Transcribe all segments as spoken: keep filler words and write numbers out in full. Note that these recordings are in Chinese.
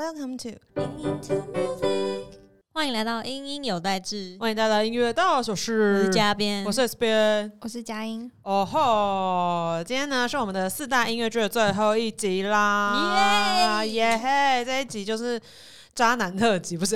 Welcome to Into Music， 欢迎来到音音有代志， 欢迎大家音乐大小事。 我是嘉编， 我是 S 编， 我是佳音。 哦吼，今天呢是我们的四大音乐剧的最后一集啦！耶耶嘿，这一集就是渣男特辑，不是？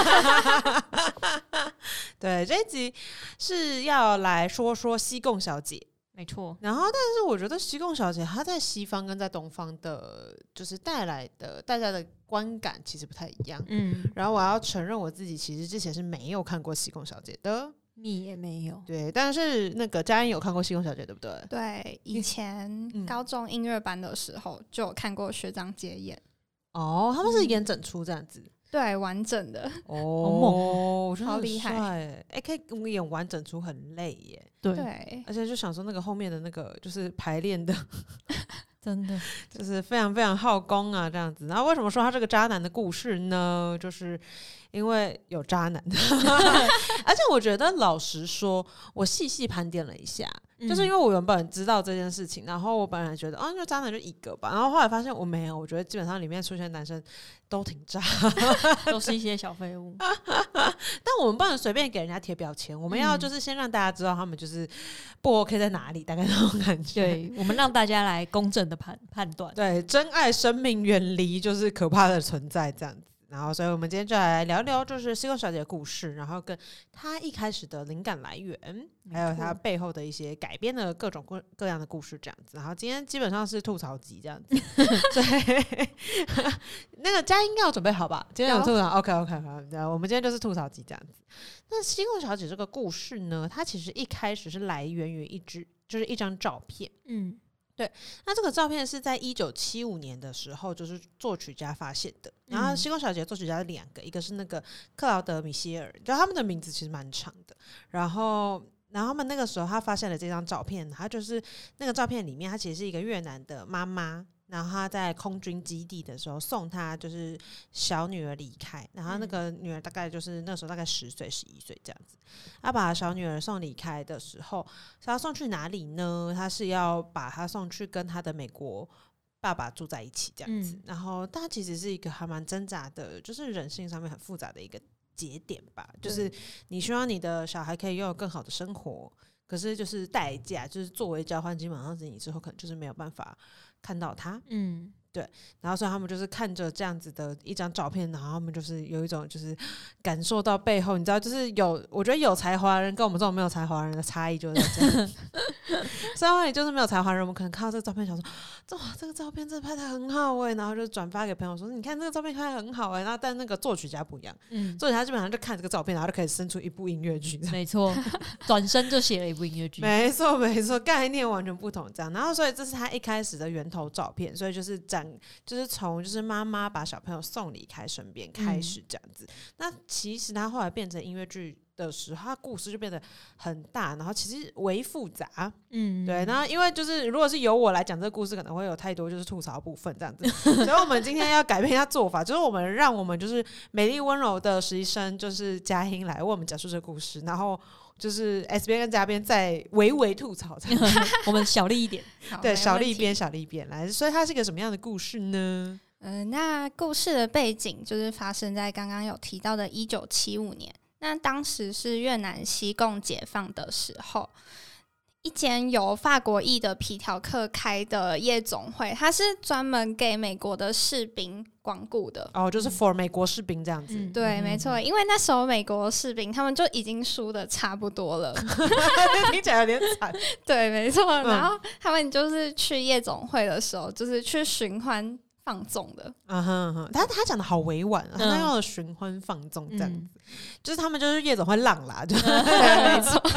对，这一集是要来说说西贡小姐。 没错， 然后，但是我觉得西贡小姐她在西方跟在东方的，就是带来的大家的观感其实不太一样。嗯，然后我要承认我自己其实之前是没有看过西贡小姐的， 你也没有。 对，但是那个佳音有看过西贡小姐，对不对？ 对，以前高中音乐班的时候就有看过学长姐演。 哦，他们是演整出这样子。 对，完整的哦，好厉害哎、欸！可以跟我演完整出很累耶。 对， 对， 而且就想说那个后面的那个就是排练的， 真的就是非常非常耗工啊，这样子。然后为什么说他这个渣男的故事呢？就是因为有渣男，而且我觉得老实说，我细细盘点了一下。就是因为我原本知道这件事情，然后我本来觉得啊，就渣男就一个吧，然后后来发现我没有，我觉得基本上里面出现的男生都挺渣， 都是一些小废物。 但我们不能随便给人家贴标签，我们要就是先让大家知道他们就是不 OK 在哪里，大概那种感觉。 对，我们让大家来公正的判判断。 对，真爱生命，远离就是可怕的存在这样子。然后，所以我们今天就来聊聊，就是西贡小姐的故事，然后跟她一开始的灵感来源，还有她背后的一些改编的各种各各样的故事，这样子。然后今天基本上是吐槽集这样子，对，那个佳音应该有准备好吧？今天有吐槽 ，OK OK， 好，我们今天就是吐槽集这样子。那西贡小姐这个故事呢，它其实一开始是来源于一支，就是一张照片，嗯。对，那这个照片是在一九七五年的时候，就是作曲家发现的。然后西贡小姐作曲家有两个，一个是那个克劳德·米歇尔，就他们的名字其实蛮长的。然后，然后他们那个时候他发现了这张照片，他就是那个照片里面，他其实是一个越南的妈妈。然后他在空军基地的时候送他就是小女儿离开，然后那个女儿大概就是那时候大概十岁十一岁这样子。他把小女儿送离开的时候，是要送去哪里呢？他是要把她送去跟他的美国爸爸住在一起这样子。嗯、然后他其实是一个还蛮挣扎的，就是人性上面很复杂的一个节点吧。就是你希望你的小孩可以拥有更好的生活，可是就是代价就是作为交换，基本上是你之后可能就是没有办法看到他，嗯，对，然后所以他们就是看着这样子的一张照片，然后他们就是有一种就是感受到背后，你知道，就是有我觉得有才华的人跟我们这种没有才华的人的差异就是在这样。所以你就是没有才华的人，我们可能看到这个照片，想说哇，这个照片真的拍得很好哎、欸，然后就转发给朋友说，你看这个照片拍得很好哎、欸，然后但那个作曲家不一样，嗯，作曲家基本上就看这个照片，然后就可以生出一部音乐剧， 没错，转身就写了一部音乐剧， 没错没错，概念完全不同这样。然后所以这是他一开始的源头照片，所以就是展，就是从就是妈妈把小朋友送离开身边开始这样子。嗯、那其实他后来变成音乐剧的时候，他故事就变得很大，然后其实微复杂，嗯，对。然后因为就是如果是由我来讲这个故事，可能会有太多就是吐槽部分这样子，所以我们今天要改变一下做法，就是我们让我们就是美丽温柔的实习生就是佳音来为我们讲述这个故事，然后就是 S 边跟嘉边再微微吐槽我们小力一点， 对，小力一边小力一边来。所以它是一个什么样的故事呢？ 嗯、呃，那故事的背景就是发生在刚刚有提到的一九七五年。那当时是越南西贡解放的时候，一间由法国裔的皮条客开的夜总会，它是专门给美国的士兵光顾的。 哦，就是 for 美国士兵这样子。 嗯、对，嗯、没错，因为那时候美国士兵他们就已经输的差不多了， 听起来有点惨。 对，没错。嗯、然后他们就是去夜总会的时候，就是去寻欢放纵的。 嗯哼哼，他他讲的好委婉、啊，他用了寻欢放纵这样子，嗯、就是他们就是夜总会浪啦，就对，没错。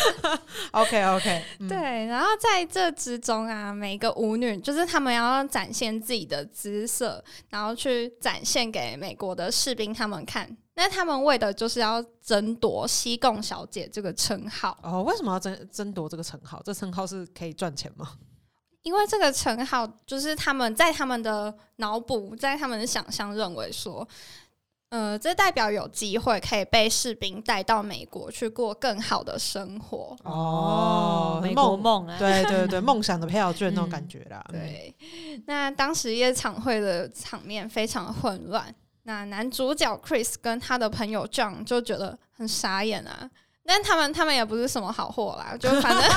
OK OK，、嗯、 对，然后在这之中啊，每个舞女就是他们要展现自己的姿色，然后去展现给美国的士兵他们看。那他们为的就是要争夺西贡小姐这个称号。 哦，为什么要争争夺这个称号？这称号是可以赚钱吗？ 因为这个称号就是他们在他们的脑补，在他们的想象认为说， 呃，这代表有机会可以被士兵带到美国去过更好的生活。 哦， 美国梦啊， 对对对，梦想的票券那种感觉啦。 对，那当时夜场会的场面非常混乱，那男主角 Chris 跟他的朋友 John 就觉得很傻眼啊。但他们他们也不是什么好货啦，就反正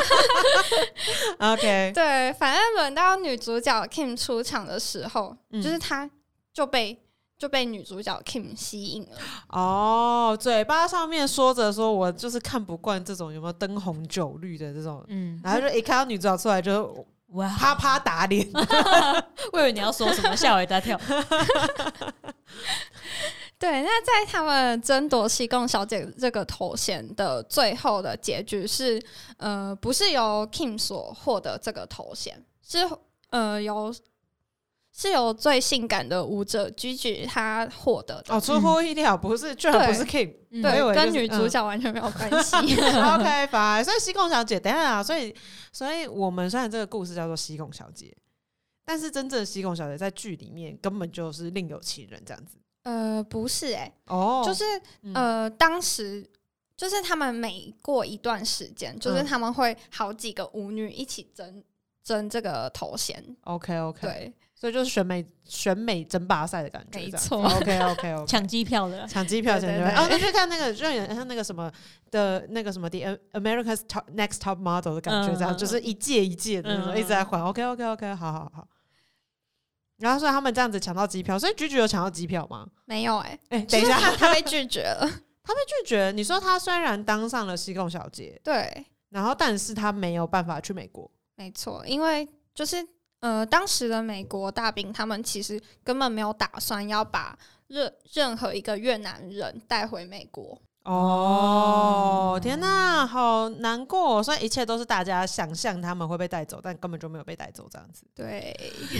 OK， 对，反正轮到女主角 Kim 出场的时候，嗯、就是他就被就被女主角 Kim 吸引了。 哦，嘴巴上面说着说我就是看不惯这种有没有灯红酒绿的这种，嗯，然后就一看到女主角出来就哇啪啪打脸， 我以为你要说什么，吓我一大跳。 对，那在他们争夺西贡小姐这个头衔的最后的结局是，呃，不是由 Kim 所获得这个头衔，是呃由是由最性感的舞者 Gigi 她获得的。 哦，出乎意料，不是，居然不是 Kim， 对，嗯、跟女主角完全没有关系。 嗯、OK， fine。所以西贡小姐，等一下啊，所以所以我们虽然这个故事叫做西贡小姐，但是真正的西贡小姐在剧里面根本就是另有其人这样子。 呃，不是哎、欸， 哦， 就是呃，嗯、当时就是他们每过一段时间，就是他们会好几个舞女一起争争这个头衔。 OK OK， 对， 所以就是选美选美争霸赛的感觉， 没错。 OK OK OK， 抢机票的， 抢机票，抢机票。哦，那就看那个，就有点像那个什么的，那个什么 The America's Top Next Top Model 的感觉，这样、嗯、就是一届一届的那种，嗯、一直在换。OK OK OK， 好好好。然后所以他们这样子抢到机票，所以Gigi有抢到机票吗？ 没有哎、欸， 哎、欸，等一下， 他, 他被拒绝了。 他被拒绝。你说他虽然当上了西贡小姐， 对， 然后但是他没有办法去美国。 没错，因为就是呃，当时的美国大兵他们其实根本没有打算要把任任何一个越南人带回美国。 哦，天哪，好难过！所以一切都是大家想象他们会被带走，但根本就没有被带走，这样子。 对，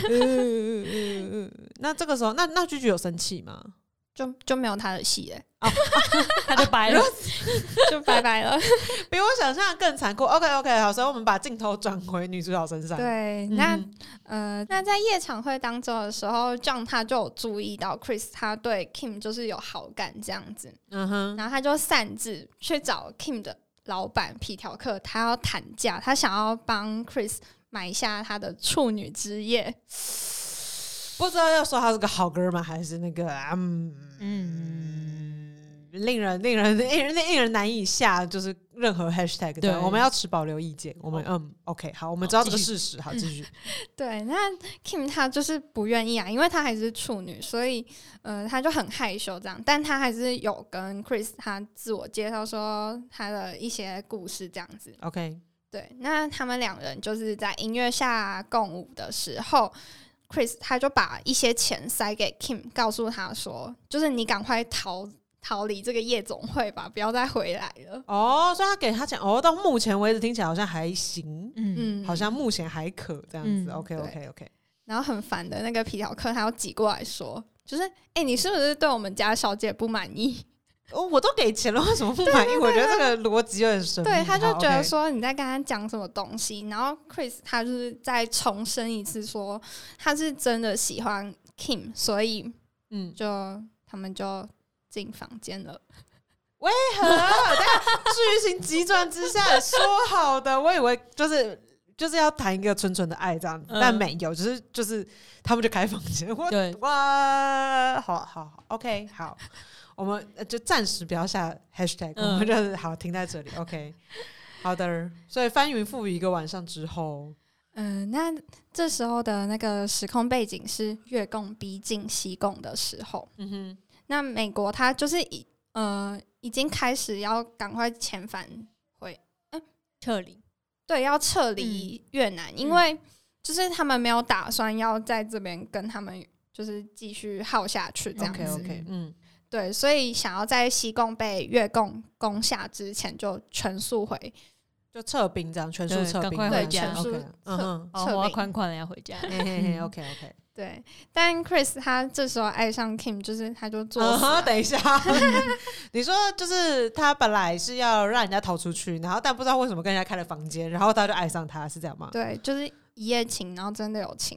那这个时候，那那Gigi有生气吗？ 就就没有他的戏哎、 欸，哦，他就拜了， 就拜拜了， 比我想象更残酷。OK OK， 好，所以我们把镜头转回女主角身上。 对，那、嗯、呃，那在夜场会当中的时候 ，John 他就有注意到 Chris 他对 Kim 就是有好感这样子，嗯哼，然后他就擅自去找 Kim 的老板皮条客，他要谈价，他想要帮 Chris 买下他的处女之夜。 不知道要说他是个好哥们，还是那个嗯嗯，令人令人令人令人难以下就是任何 hashtag， 对，我们要持保留意见。我们嗯 ，OK， 好，我们知道这个事实，好，继续。 对，那 Kim 他就是不愿意啊，因为他还是处女，所以呃，他就很害羞这样，但他还是有跟 Chris 他自我介绍说他的一些故事这样子。 OK， 对，那他们两人就是在音乐下共舞的时候。Chris 他就把一些钱塞给 Kim， 告诉他说，就是你赶快逃逃离这个夜总会吧，不要再回来了。 哦，所以他给他钱，哦，到目前为止听起来好像还行，嗯，好像目前还可这样子。嗯、OK OK OK。 然后很烦的那个皮条客，他要挤过来说，就是哎、欸，你是不是对我们家小姐不满意？ 哦，我都给钱了，为什么不满意？我觉得这个逻辑有点神秘。 对，他就觉得说你在跟他讲什么东西，然后 Chris 他就是再重申一次说他是真的喜欢 Kim， 所以嗯，就他们就进房间了。 为何？剧情急转直下，说好的，我以为就是就是要谈一个纯纯的爱这样子，嗯、但没有，就是就是他们就开房间。 对， 哇，好好好 ，OK， 好。我们就暂时不要下 hashtag，、嗯、我们就好停在这里。OK， 好的。所以翻云覆雨一个晚上之后， 嗯、呃，那这时候的那个时空背景是越共逼近西贡的时候。嗯哼，那美国它就是已呃已经开始要赶快遣返回，嗯， 撤离， 对，要撤离越南、嗯，因为就是他们没有打算要在这边跟他们就是继续耗下去这样子。 OK OK， 嗯。 对，所以想要在西贡被越共攻下之前就全速回， 就撤兵这样，全速撤兵， 赶快回家。 全速 okay, 撤，嗯， 哦，我要宽宽的要回家。 嘿嘿嘿 ，OK OK。 对，但 Chris 他这时候爱上 Kim， 就是他就做死、 啊。等一下，你说就是他本来是要让人家逃出去，然后但不知道为什么跟人家开了房间，然后他就爱上他，是这样吗？ 对，就是一夜情，然后真的有情。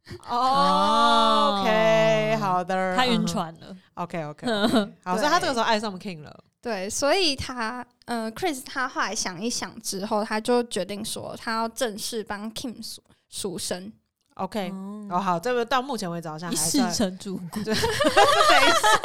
哦 ，OK， 好的， 他晕船了。 OK OK， 好，所以他这个时候爱上 Kim 了。 对，所以他，呃 ，Chris 他后来想一想之后，他就决定说，他要正式帮 Kim 赎赎身。 OK， 哦，好，这个到目前为止好像还一世成主顾。 对，等一下，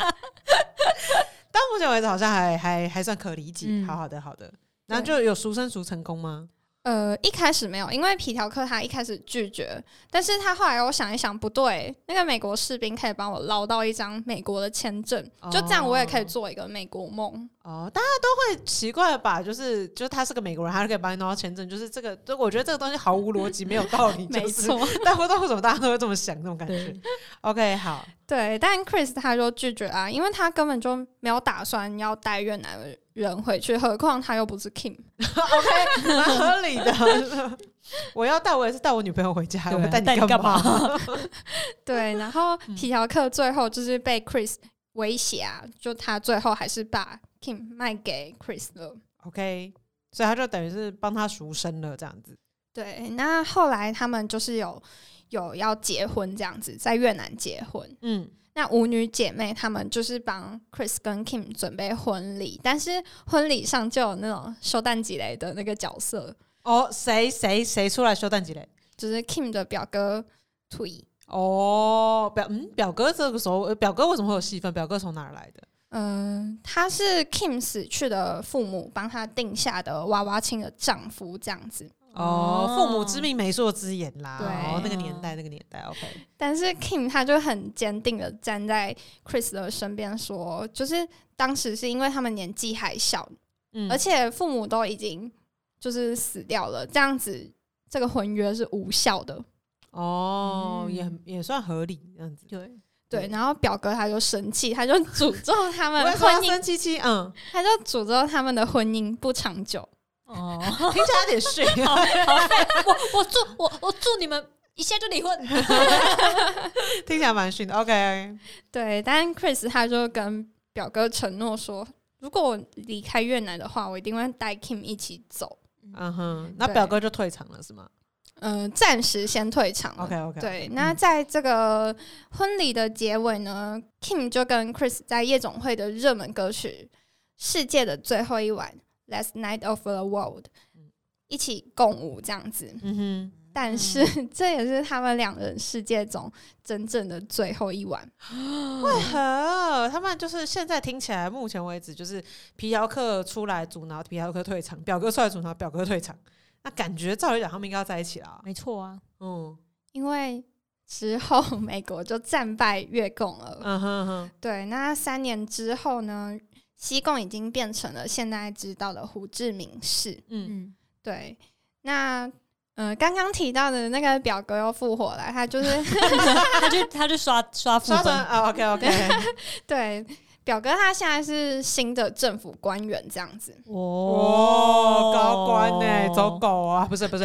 到目前为止好像还还还算可理解。嗯、好好的，好的，那就有赎身赎成功吗？ 呃，一开始没有，因为皮条客他一开始拒绝，但是他后来我想一想，不对，那个美国士兵可以帮我捞到一张美国的签证，哦、就这样我也可以做一个美国梦。 哦，大家都会奇怪吧？就是就是他是个美国人，他就可以帮你弄到签证，就是这个，就我觉得这个东西毫无逻辑，没有道理、就是。 没错， 但不知道为什么大家都会这么想，这种感觉。OK， 好， 对，但 Chris 他就拒绝啊，因为他根本就没有打算要带越南人回去，何况他又不是 Kim。OK， 蛮合理的。我要带我也是带我女朋友回家，我带你干嘛？ 对，然后皮条客最后就是被 Chris 威胁啊，就他最后还是把 Kim 卖给 Chris 了。 OK， 所以他就等于是帮他赎身了，这样子。 对，那后来他们就是有有要结婚这样子，在越南结婚。嗯，那舞女姐妹她们就是帮 Chris 跟 Kim 准备婚礼，但是婚礼上就有那种修蛋鸡雷的那个角色。 哦，谁谁谁出来修蛋鸡雷？ 就是 Kim 的表哥Thuy。 哦，表嗯，表哥这个时候，表哥为什么会有戏份？表哥从哪儿来的？ 嗯、呃，他是 Kim 死去的父母帮他定下的娃娃亲的丈夫，这样子。 哦，父母之命，媒妁之言啦。 对、 哦，那个年代，那个年代 ，OK。 但是 Kim 他就很坚定的站在 Chris 的身边，说，就是当时是因为他们年纪还小，嗯，而且父母都已经就是死掉了，这样子这个婚约是无效的。 哦，嗯、也也算合理这样子。 对对，然后表哥他就生气，他就诅咒他们婚姻， 生气气，嗯， 他就诅咒他们的婚姻不长久。 哦，听起来有点逊。 好，好我我祝我我祝你们一下就离婚。 听起来蛮逊的。OK， 对，但 Chris 他就跟表哥承诺说，如果我离开越南的话，我一定会带 Kim 一起走。 嗯哼，那表哥就退场了是吗？ 嗯、呃，暂时先退场了。 OK OK。 对，那在这个婚礼的结尾呢、嗯、，Kim 就跟 Chris 在夜总会的热门歌曲《世界的最后一晚》（Last Night of the World） 一起共舞这样子。嗯哼。但是、嗯、这也是他们两人世界中真正的最后一晚。 为何他们就是现在听起来，目前为止就是皮条客出来阻挠，皮条客退场；表哥出来阻挠，表哥退场。那感觉照理讲，他们应该要在一起啦。 没错啊， 嗯，因为之后美国就战败越共了。嗯哼哼。对，那三年之后呢，西贡已经变成了现在知道的胡志明市。嗯，对，那。嗯，刚刚提到的那个表哥又复活了，他就是他去他去刷刷副本啊、哦、，OK OK， 对，表哥他现在是新的政府官员这样子。 哦，高官呢，走狗啊，不是不是，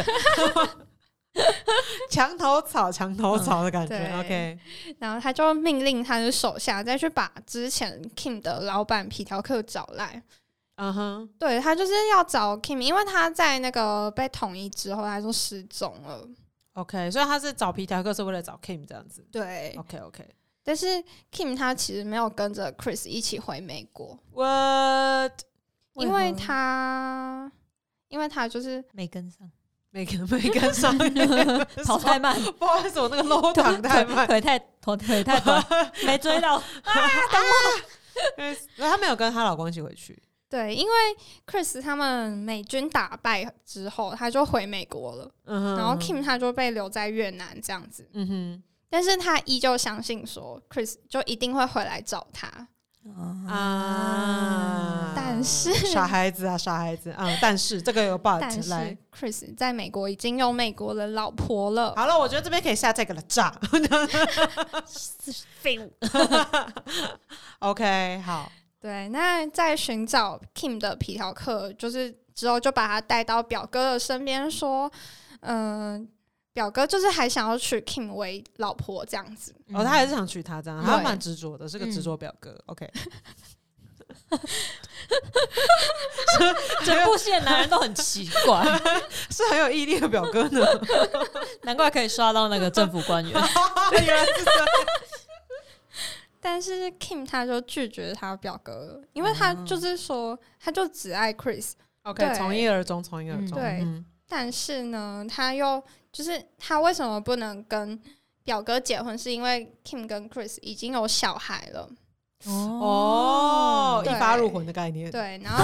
墙头草墙头草的感觉、嗯、，OK。 然后他就命令他的手下再去把之前 Kim 的老板皮条客找来。嗯哼，对，他就是要找 Kim， 因为他在那个被统一之后，他就失踪了。 OK， 所以他是找皮条客是为了找 Kim 这样子。 对 ，OK OK。 但是 Kim 他其实没有跟着 Chris 一起回美国。 What？ 因为他，因为他就是没跟上， 没跟没跟上， 跑太慢。 不好意思，我那个 low 躺太慢， 腿太腿太短，没追到。啊，等我！然后他没有跟她老公一起回去。 对，因为 Chris 他们美军打败之后，他就回美国了，嗯哼，然后 Kim 他就被留在越南这样子，嗯哼，但是他依旧相信说 Chris 就一定会回来找他啊，但是傻孩子啊，傻孩子啊、嗯，但是这个有 but， 但是来 Chris 在美国已经有美国的老婆了。 好了，我觉得这边可以下这个了，炸， 废物。 OK， 好。 对，那在寻找 Kim 的皮条客，就是之后就把他带到表哥的身边，说，嗯、呃，表哥就是还想要娶 Kim 为老婆这样子。 哦，他还是想娶她这样，他蛮执着的，是个执着表哥。嗯、OK， 整部戏的男人都很奇怪， 是很有毅力的表哥呢。 难怪可以刷到那个政府官员。 原来是这样。 但是 Kim 他就拒绝他表哥了，因为他就是说，他就只爱 Chris。OK， 对从一而终，从一而终。 对， 嗯、 但是呢，他又就是他为什么不能跟表哥结婚？是因为 Kim 跟 Chris 已经有小孩了。 哦，一发入魂的概念。 对，然后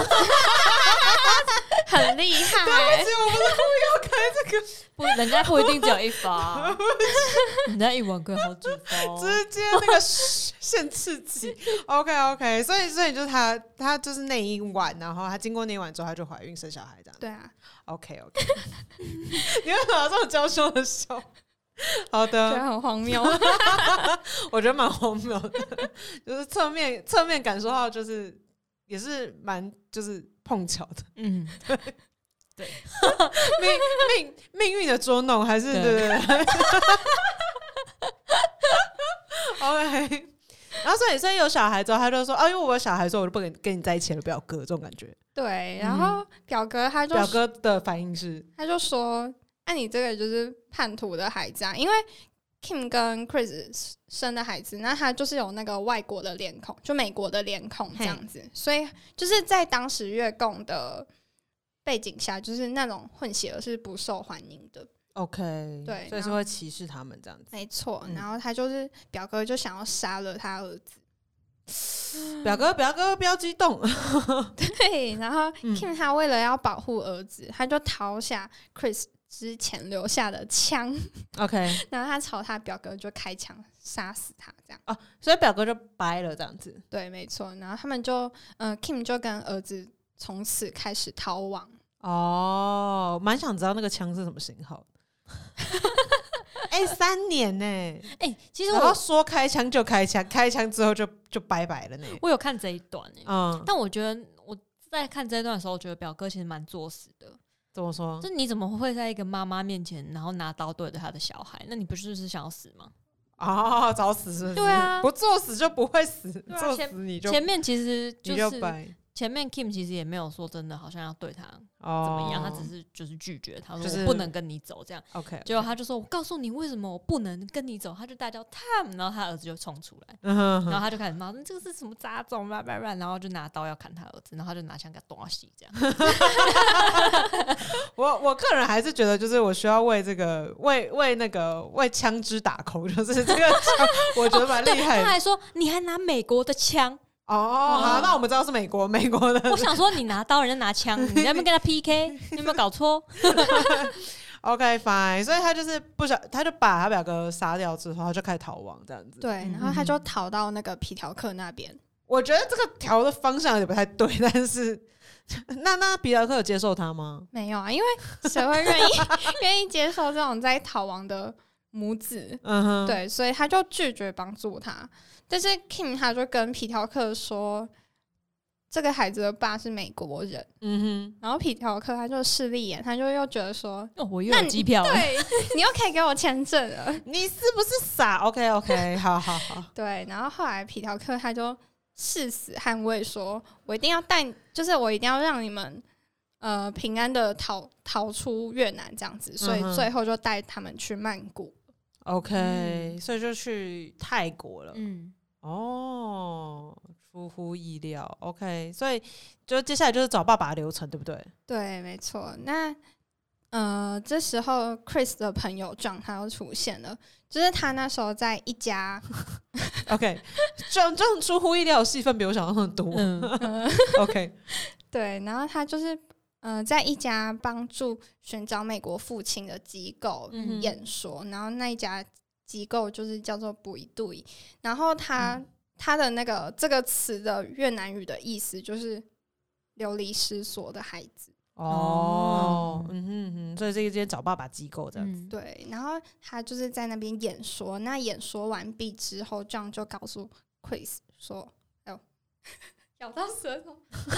很厉害。 对不起，我不是故意要开这个， 不，人家不一定只有一发，人家一碗可以好几发， 直接那个限刺激。OK OK， 所以所以就是他他就是那一晚，然后他经过那一晚之后，他就怀孕生小孩这样。 对啊。 OK OK， 你为什么有这种娇羞的笑？好的， 觉得很荒谬。 我觉得蛮荒谬的，就是侧面侧面感受到，就是也是蛮就是碰巧的， 嗯，对对， 命命命运的捉弄，还是对对对。OK， 然后所以所以有小孩之后，他就说啊，因为我有小孩之后，我就不跟跟你在一起了，表哥这种感觉。 对，然后表哥他就表哥的反应是， 他就说。那、啊、你这个就是叛徒的孩子啊，因为 Kim 跟 Chris 生的孩子，那他就是有那个外国的脸孔，就美国的脸孔这样子，所以就是在当时越共的背景下，就是那种混血儿是不受欢迎的。 OK， 对， 所以是会歧视他们这样子。 没错，然后他就是表哥就想要杀了他儿子。 表哥，表哥，不要激动。 对，然后 Kim 他为了要保护儿子，他就掏下 Chris。之前留下的枪 ，OK， 然后他朝他表哥就开枪杀死他，这样哦，所以表哥就掰了这样子。 对，没错。然后他们就，嗯、呃、，Kim 就跟儿子从此开始逃亡。 哦，蛮想知道那个枪是什么型号。哎、欸，三年呢、欸？ 哎、欸，其实我然后说开枪就开枪，开枪之后就就拜拜了呢。 我有看这一段哎、欸， 嗯， 但我觉得我在看这一段的时候，我觉得表哥其实蛮作死的。 怎么说？ 就你怎么会在一个妈妈面前，然后拿刀对着他的小孩？那你不是是想要死吗？ 哦，找死是不是？ 对啊， 不作死就不会死， 啊、 作死你就前面其实就是你就掰。 前面 Kim 其实也没有说真的好像要对他怎么样，哦、他只是就是拒绝他说我不能跟你走这样。 OK， 结果他就说我告诉你为什么我不能跟你走，他就大叫 Tom， 然后他儿子就冲出来， 嗯、哼哼然后他就开始骂你这个是什么杂种吧吧吧，然后就拿刀要砍他儿子，然后他就拿枪给他剁死这样。 我我个人还是觉得就是我需要为这个为为那个为枪支打 call， 就是这个枪我觉得蛮厉害的、 哦、他还说你还拿美国的枪。 哦，好，那我们知道是美国，美国的。 我想说，你拿刀，人家拿枪，你在那边跟他 P K， 你有没有搞错 ？OK fine， 所以他就是不想，他就把他表哥杀掉之后，他就开始逃亡这样子。 对，然后他就逃到那个皮条客那边。 我觉得这个逃的方向有点不太对，但是那那皮条客有接受他吗？ 没有啊，因为谁会愿意愿意接受这种在逃亡的母子？嗯哼，对，所以他就拒绝帮助他。但是 Kim 他就跟皮条客说，这个孩子的爸是美国人。嗯哼，然后皮条客他就势利眼，他就又觉得说， 哦，我又有机票了， 对，你又可以给我签证了， 你是不是傻 ？OK OK， 好好好。 对，然后后来皮条客他就誓死捍卫说，我一定要带，就是我一定要让你们呃平安的逃逃出越南这样子，所以最后就带他们去曼谷。 OK，、嗯、所以就去泰国了。嗯。哦，出乎意料。OK， 所以就接下来就是找爸爸的流程，对不对？ 对，没错。那呃，这时候 Chris 的朋友 John 他又出现了，就是他那时候在一家 OK， 这样这样出乎意料，戏份比我想象的多。嗯、OK， 对，然后他就是呃，在一家帮助寻找美国父亲的机构演说，嗯、然后那一家机构就是叫做不一对，然后他、嗯、他的那个这个词的越南语的意思就是流离失所的孩子。 哦，嗯哼哼，所以这个今天找爸爸机构这样子、 嗯。对，然后他就是在那边演说，那演说完毕之后，这样就告诉 Chris 说：“哎呦，咬到舌头。”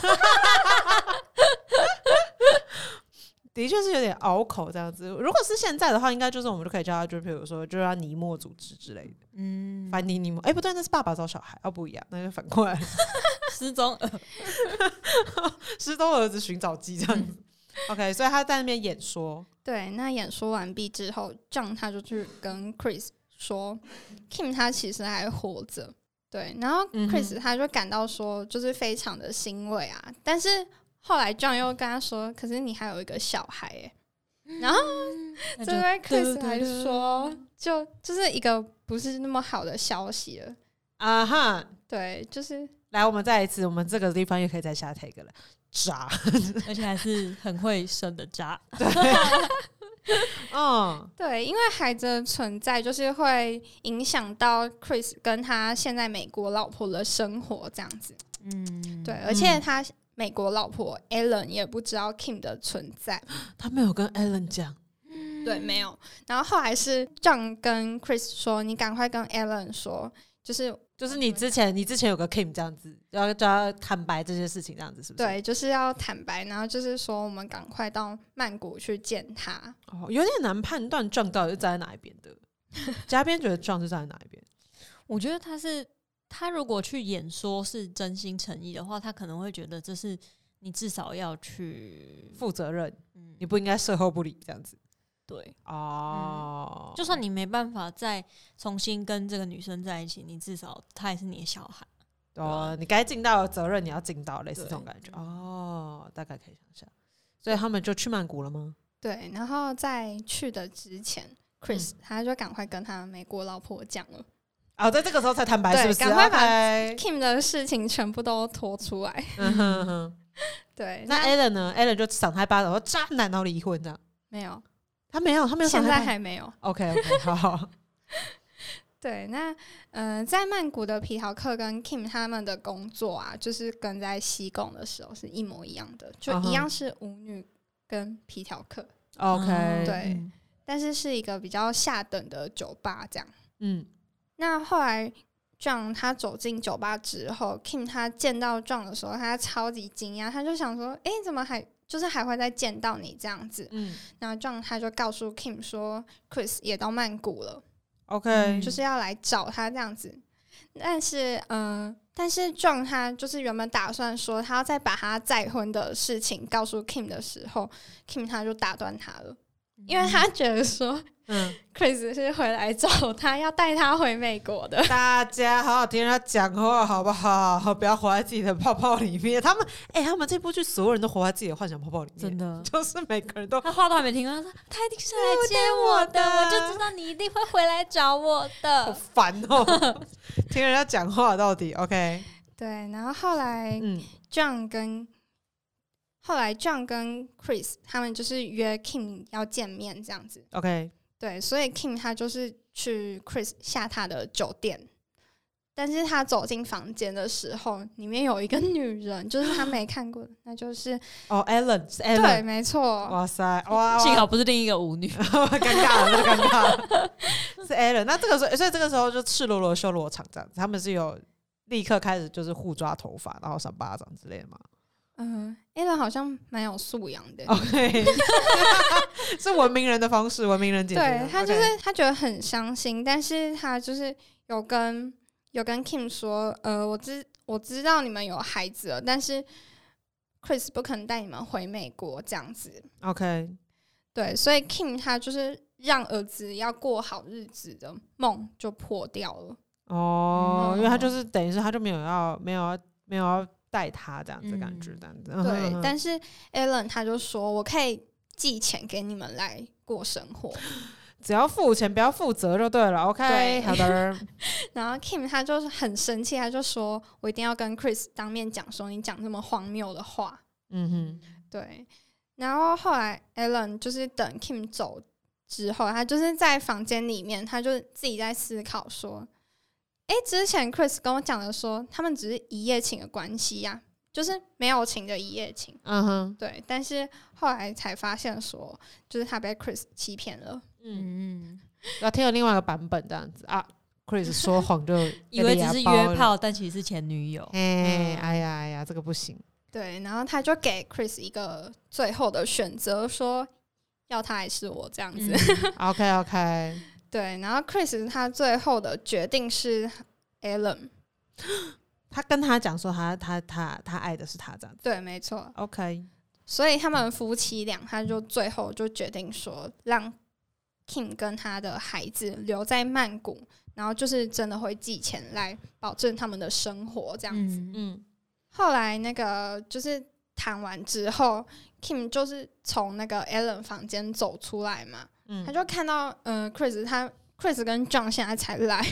的确是有点拗口这样子。如果是现在的话，应该就是我们就可以叫他，就比如说，就叫他尼莫组织之类的。嗯，凡尼尼莫，哎、欸，不对，那是爸爸找小孩，哦，不一样，那就反过来。 失踪儿， 失踪儿子寻找机这样子。嗯、OK， 所以他在那边演说。 对，那演说完毕之后 ，John 他就去跟 Chris 说 ，Kim 他其实还活着。对，然后 Chris 他就感到说，就是非常的欣慰啊。嗯、但是后来 John 又跟他说，可是你还有一个小孩哎。然后这位 Chris 还说，就就是一个不是那么好的消息了啊哈。Uh-huh. 对，就是来，我们再一次，我们这个地方又可以再下 take 了，渣， 而且还是很会生的渣。 对，嗯， 对，因为孩子的存在就是会影响到 Chris 跟他现在美国老婆的生活这样子。嗯，对，而且他。嗯美国老婆 Ellen 也不知道 Kim 的存在， 他没有跟 Ellen 讲， 对，没有。然后后来是 John 跟 Chris 说：“你赶快跟 Ellen 说，就是就是你之前你之前有个 Kim 这样子，要叫他坦白这些事情，这样子是不是？ 对，就是要坦白，然后就是说我们赶快到曼谷去见他。 哦，有点难判断 John 到底是站在哪一边的。嘉宾觉得 John 是站在哪一边？ 我觉得他是。他如果去演说是真心诚意的话，他可能会觉得这是你至少要去负责任、嗯，你不应该事后不理这样子。 对哦、 嗯，就算你没办法再重新跟这个女生在一起，你至少他也是你的小孩。 哦，你该尽到的责任你要尽到，类似这种感觉。哦，大概可以想象。所以他们就去曼谷了吗？ 对，然后在去的之前 ，Chris、嗯、他就赶快跟他美国老婆讲了。 哦，在这个时候才坦白，是不是？ 赶快把 Kim 的事情全部都拖出来。 嗯哼哼， 对。 那 Ellen 呢 ？Ellen 就赏他巴掌，说渣男然后离婚这样。 没有， 他没有，他没有， 现在还没有。 OK OK， 好好。 对，那呃，在曼谷的皮条客跟 Kim 他们的工作啊，就是跟在西贡的时候是一模一样的，就一样是舞女跟皮条客。 OK，、 嗯、对、嗯，但是是一个比较下等的酒吧这样。嗯。那后来 John 他走进酒吧之后 Kim 他见到 John 的时候他超级惊讶，他就想说哎、欸，怎么还就是还会再见到你这样子。嗯，那 John 他就告诉 Kim 说 Chris 也到曼谷了 OK、 嗯、就是要来找他这样子。但是嗯、呃，但是 John 他就是原本打算说他要再把他再婚的事情告诉 Kim 的时候 Kim 他就打断他了，因为他觉得说嗯 Chris 是回来找他，要带他回美国的。 大家好好听人家讲话好不好？不要活在自己的泡泡里面。他们哎、欸，他们这部剧所有人都活在自己的幻想泡泡里面， 真的， 就是每个人都。 他话都还没听完，他说他一定是来接我的，我就知道你一定会回来找我的。 好烦哦！听人家讲话到底 OK？ 对，然后后来、嗯、John 跟。后来 John 跟 Chris 他们就是约 Kim 要见面这样子 OK 对，所以 Kim 他就是去 Chris 下他的酒店，但是他走进房间的时候里面有一个女人，就是他没看过的那就是哦 Ellen 是 Ellen 对没错， 哇塞哇， 幸好不是另一个舞女尴尬了尴尬了是 Ellen 那这个时候所以这个时候就赤裸裸修罗场这样子，他们是有立刻开始就是互抓头发然后赏巴掌之类的吗？ 嗯 Ellen 好像蛮有素养的 OK 是文明人的方式，文明人解决对他就是、okay. 他觉得很伤心，但是他就是有跟有跟 Kim 说呃，我知我知道你们有孩子了，但是 Chris 不可能带你们回美国这样子 OK 对，所以 Kim 他就是让儿子要过好日子的梦就破掉了哦、嗯、因为他就是等于是他就没有要没有要没有要带他这样子感觉、嗯、 对、嗯、但是 Ellen 他就说我可以寄钱给你们来过生活， 只要付钱不要负责就对了 OK 对好的然后 Kim 他就是很生气，他就说我一定要跟 Chris 当面讲说你讲这么荒谬的话。嗯哼，对。然后后来 Ellen 就是等 Kim 走之后，他就是在房间里面他就自己在思考说哎，之前 Chris 跟我讲的说他们只是一夜情的关系呀、啊，就是没有情的一夜情。嗯哼，对。但是后来才发现说，就是他被 Chris 欺骗了。嗯嗯，要听了另外一个版本这样子啊 ，Chris 说谎就以为只是约炮，但其实是前女友。 哎、嗯，哎呀哎呀，这个不行。 对，然后他就给 Chris 一个最后的选择，说要他还是我这样子。 嗯、OK OK。对， 然后 Chris 他最后的决定是 Ellen， 他跟他讲说他他他他爱的是他这样子。 对，没错。 OK， 所以他们夫妻俩，他就最后就决定说，让 Kim 跟他的孩子留在曼谷，然后就是真的会寄钱来保证他们的生活这样子。 嗯嗯， 后来那个就是谈完之后 ，Kim 就是从那个 Ellen 房间走出来嘛，嗯、他就看到呃 Chris 他 Chris 跟 John 现在才来。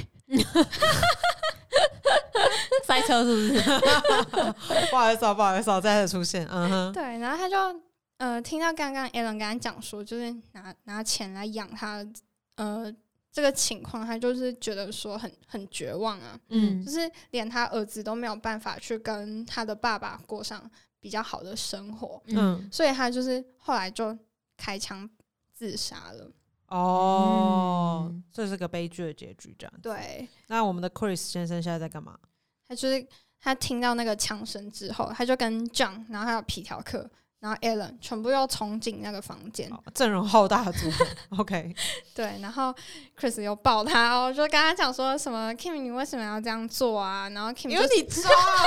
塞车是不是？ 不好意思、啊，不好意思、啊，再次出现。嗯哼， 对，然后他就呃听到刚刚 Ellen 跟他讲说，就是拿拿钱来养他，呃这个情况，他就是觉得说很很绝望啊，嗯，就是连他儿子都没有办法去跟他的爸爸过上比较好的生活，嗯，所以他就是后来就开枪自杀了。 哦，嗯、这是个悲剧的结局，这样。 对， 那我们的 Chris 先生现在在干嘛？ 他就是他听到那个枪声之后，他就跟 John， 然后还有皮条客，然后 Ellen 全部又冲进那个房间， 哦、阵容浩大的组合。OK， 对，然后 Chris 又抱他哦，就跟他讲说什么 Kim 你为什么要这样做啊？然后 Kim 因为你抓。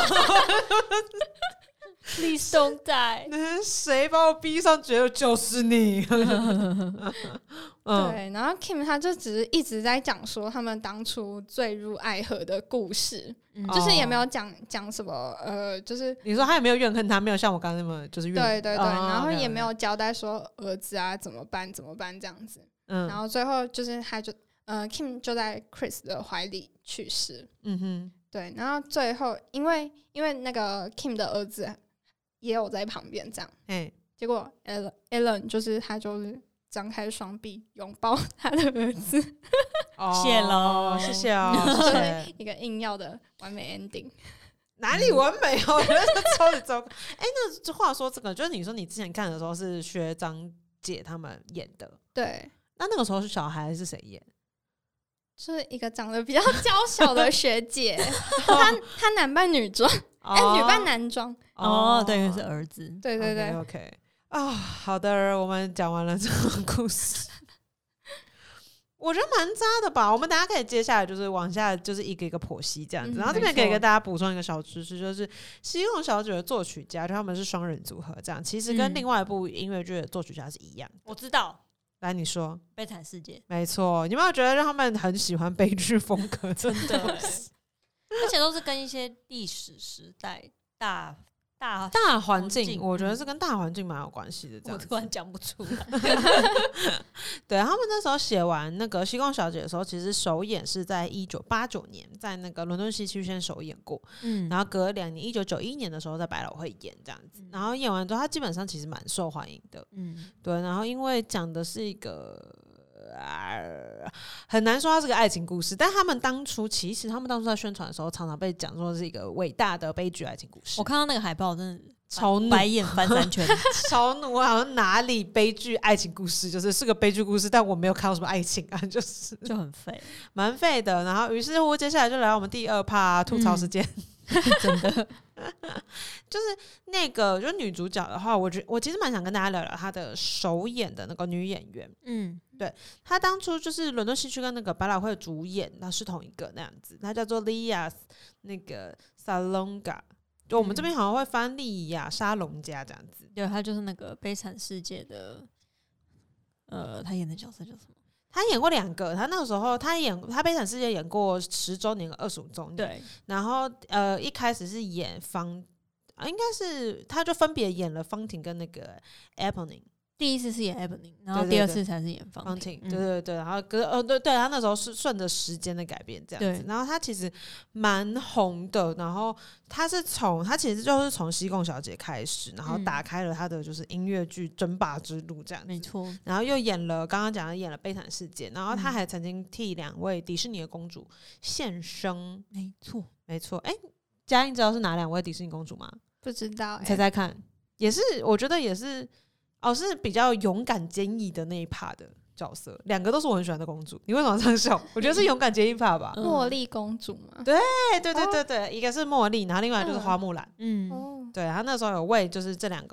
Please don't die！ 谁把我逼上绝路就是你。 嗯、对，然后 Kim 他就只是一直在讲说他们当初坠入爱河的故事，嗯、就是也没有讲讲什么呃，就是你说他也没有怨恨他，没有像我刚刚那么就是怨对对对， 哦、 然后也没有交代说儿子啊怎么办怎么办这样子，嗯，然后最后就是他就呃 Kim 就在 Chris 的怀里去世，嗯哼，对，然后最后因为因为那个 Kim 的儿子也有在旁边这样，哎，结果 Ellen, Ellen 就是他就是张开双臂拥抱他的儿子， 谢喽， 谢谢哦，谢谢一个硬要的完美 ending， 哪里完美哦？我觉得超级糟糕。哎，那话说这个，就是你说你之前看的时候是学长姐他们演的， 对， 那那个时候是小孩是谁演？ 就是一个长得比较娇小的学姐，她她男扮女装，哎、欸，女扮男装。 哦，对，是儿子。 对对对 ，OK, okay. 啊、哦，好的，我们讲完了这个故事，我觉得蛮渣的吧。我们大家可以接下来就是往下，就是一个一个剖析这样子。嗯、然后这边可以跟大家补充一个小知识，就是西贡小姐的作曲家，就他们是双人组合，这样其实跟另外一部音乐剧的作曲家是一样的。 我知道。 来，你说 《悲惨世界》 没错，你有没有觉得让他们很喜欢悲剧风格？真的， 而且都是跟一些历史时代大大大环境，我觉得是跟大环境蛮有关系的。这样我突然讲不出来。 对，他们那时候写完那个《西贡小姐》的时候，其实首演是在一九八九年，在那个伦敦西区先首演过，嗯，然后隔两年，一九九一年的时候在百老汇演这样子，嗯、然后演完之后，他基本上其实蛮受欢迎的，嗯，对，然后因为讲的是一个。呃、很难说它是个爱情故事，但他们当初其实他们当初在宣传的时候，常常被讲说是一个伟大的悲剧爱情故事。 我看到那个海报，真的超怒， 白眼翻三圈， 超怒！好像哪里悲剧爱情故事，就是是个悲剧故事，但我没有看到什么爱情啊，就是就很废， 蛮废的。然后于是乎，接下来就来到我们第二趴吐槽时间。 嗯、真的， 就是那个，就是女主角的话，我觉我其实蛮想跟大家聊聊她的首演的那个女演员。嗯，对，她当初就是伦敦西区跟那个百老汇主演，她是同一个那样子，她叫做莉亚那个萨隆嘎，就我们这边好像会翻莉亚沙龙家这样子。 对，她就是那个《悲惨世界》的，呃，她演的角色叫什么？ 他演过两个，他那个时候他演他《悲惨世界》演过十周年、二十五周年， 对。 然后呃，一开始是演方，啊、应该是他就分别演了方婷跟那个 Eponine。 第一次是演 Eponine， 然后第二次才是演方婷。 对对对，然后可呃对对，他那时候是顺着时间的改变这样子。然后他其实蛮红的，然后他是从他其实就是从西贡小姐开始，然后打开了他的就是音乐剧争霸之路这样子。 没错。 然后又演了刚刚讲的演了《悲惨世界》，然后他还曾经替两位迪士尼的公主献声。 没错， 没错。哎，嘉音知道是哪两位迪士尼公主吗？ 不知道、欸， 猜猜看。也是，我觉得也是。哦，是比较勇敢坚毅的那一趴的角色，两个都是我很喜欢的公主。你为什么这样笑？我觉得是勇敢坚毅趴吧。 茉莉公主嘛， 对对对对对，哦、一个是茉莉，然后另外就是花木兰。嗯，哦，对，他那时候有为就是这两个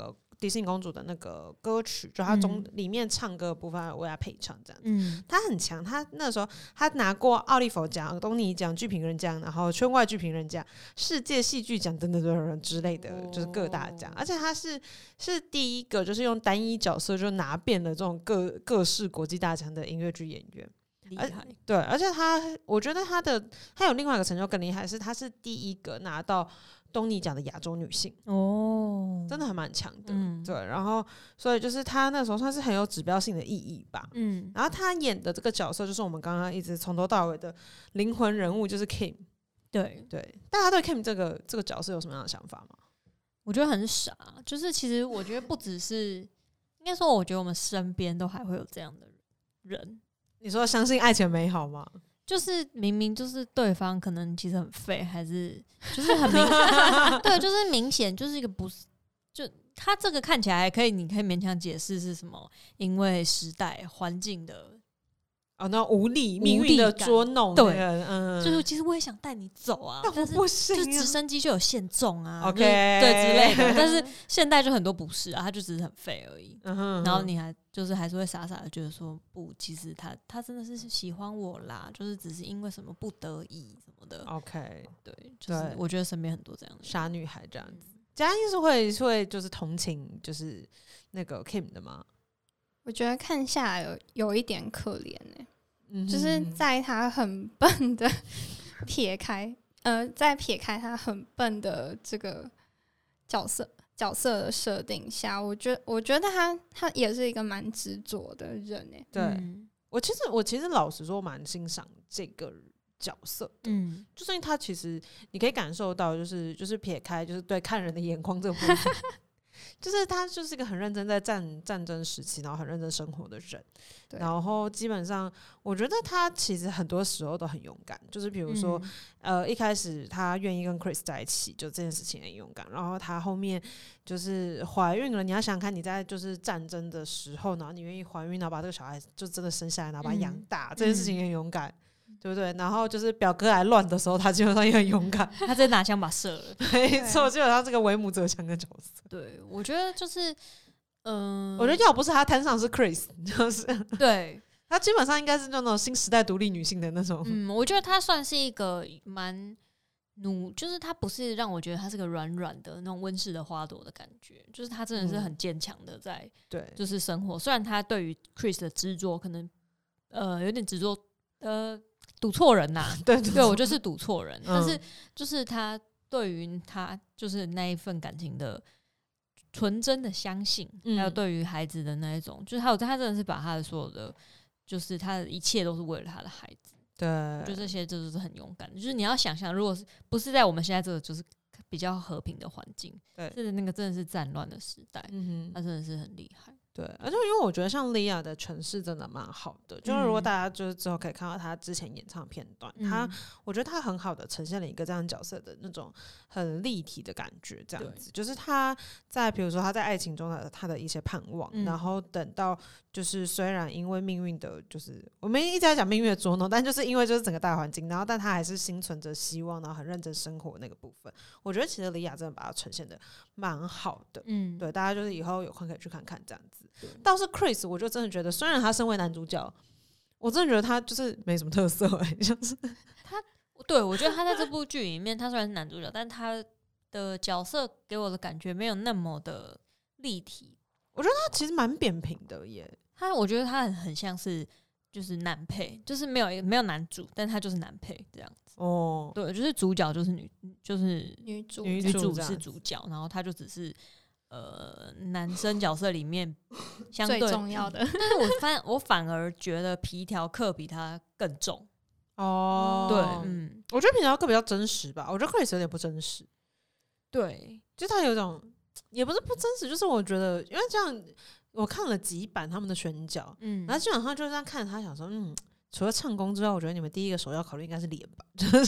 迪士尼公主的那个歌曲，就他中、 嗯、 里面唱歌的部分为他配唱这样子。 嗯， 他很强，他那时候他拿过奥利弗奖、东尼奖、剧评人奖，然后圈外剧评人奖、世界戏剧奖等等等等之类的，哦、就是各大奖。而且他是是第一个就是用单一角色就拿遍了这种各各式国际大奖的音乐剧演员。 厉害， 对，而且他，我觉得他的他有另外一个成就更厉害，是他是第一个拿到东尼奖的亚洲女性哦， 真的还蛮强的、 嗯， 对，然后所以就是他那时候算是很有指标性的意义吧， 嗯， 然后他演的这个角色就是我们刚刚一直从头到尾的灵魂人物，就是 Kim， 对对，大家对 Kim 这个这个角色有什么样的想法吗？ 我觉得很傻，就是其实我觉得不只是，应该说我觉得我们身边都还会有这样的人。 你说相信爱情美好吗？ 就是明明就是对方可能其实很废，还是就是很明对，就是明显就是一个不是，就他这个看起来还可以，你可以勉强解释是什么，因为时代环境的哦，那无力命运的捉弄、那個， 对， 嗯， 就是其实我也想带你走啊，但是不行、啊， 就直升机就有限重啊 ，OK， 对之类的，但是现代就很多不是啊，他就只是很废而已， 嗯哼， 然后你还就是还是会傻傻的觉得说不，其实他他真的是喜欢我啦，就是只是因为什么不得已什么的 ，OK， 对，就是我觉得身边很多这样的傻女孩这样子。嘉欣是会会就是同情就是那个 Kim 的吗？ 我觉得看下来有有一点可怜哎、 嗯， 就是在他很笨的撇开呃，在撇开他很笨的这个角色角色的设定下，我觉得我觉得他他也是一个蛮执着的人哎、欸。 对、 嗯、 我其实我其实老实说蛮欣赏这个角色的， 嗯， 就是因为他其实你可以感受到，就是就是撇开就是对看人的眼光这个部分。就是他就是一个很认真在战战争时期，然后很认真生活的人，然后基本上我觉得他其实很多时候都很勇敢，就是比如说、嗯、呃一开始他愿意跟 Chris 在一起，就这件事情很勇敢，然后他后面就是怀孕了，你要想想看你在就是战争的时候，然后你愿意怀孕，然后把这个小孩就真的生下来，然后把他养大、嗯、这件事情也很勇敢、嗯对不对？然后就是表哥来乱的时候，他基本上也很勇敢， 他直接拿枪把射了。 没错，基本上这个为母则强的角色。 对，我觉得就是，嗯、呃， 我觉得要不是他摊上是 Chris， 就是对他基本上应该是那种新时代独立女性的那种。 嗯，我觉得他算是一个蛮努，就是他不是让我觉得他是个软软的那种温室的花朵的感觉，就是他真的是很坚强的在对，就是生活。虽然他对于 Chris 的执着可能呃有点执着，呃。赌错人呐、啊， 对对，我就是赌错人、嗯。但是就是他对于他就是那一份感情的纯真的相信，嗯、还有对于孩子的那一种，就是还有他真的是把他的所有的，就是他的一切都是为了他的孩子。 对， 我觉得这些就是很勇敢的。就是你要想象，如果是不是在我们现在这个就是比较和平的环境，对，是那个真的是战乱的时代，嗯哼，他真的是很厉害。 对，而且因为我觉得像莉亚的诠释真的蛮好的，就是如果大家就是之后可以看到她之前演唱片段，嗯、她我觉得她很好的呈现了一个这样角色的那种很立体的感觉，这样子，就是她在比如说她在爱情中的她的一些盼望、嗯，然后等到就是虽然因为命运的，就是我们一直在讲命运的捉弄，但就是因为就是整个大环境，然后但她还是心存着希望，然后很认真生活那个部分，我觉得其实莉亚真的把它呈现的蛮好的，嗯，对，大家就是以后有空可以去看看这样子。倒是 Chris 我就真的觉得虽然他身为男主角，我真的觉得他就是没什么特色、欸、就是他对我觉得他在这部剧里面他虽然是男主角，但他的角色给我的感觉没有那么的立体， 我觉得他其实蛮扁平的耶， 他我觉得他很很像是就是男配，就是没有没有男主，但他就是男配这样子哦，对，就是主角就是女就是女主女主是主角，然后他就只是呃，男生角色里面相对最重要的， 但是我反我反而觉得皮条客比他更重哦。 对，嗯， 我觉得皮条客比较真实吧，我觉得 Chris 有点不真实。 对， 就他有一种也不是不真实，就是我觉得因为这样，我看了几版他们的选角，嗯，然后基本上就这样看他，想说，嗯。除了唱功之外，我觉得你们第一个首要考虑应该是脸吧，就是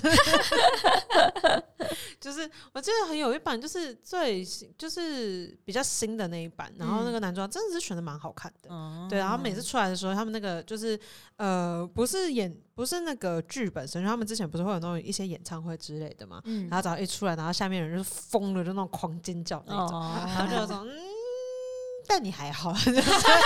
就是我记得很有一版就是最就是比较新的那一版，然后那个男主角真的是选的蛮好看的、嗯，对，然后每次出来的时候，他们那个就是呃不是演不是那个剧本身，他们之前不是会有那种一些演唱会之类的嘛，嗯、然后只要一出来，然后下面人就是疯了，就那种狂尖叫那种，哦、然后就有种嗯。 但你还好，就是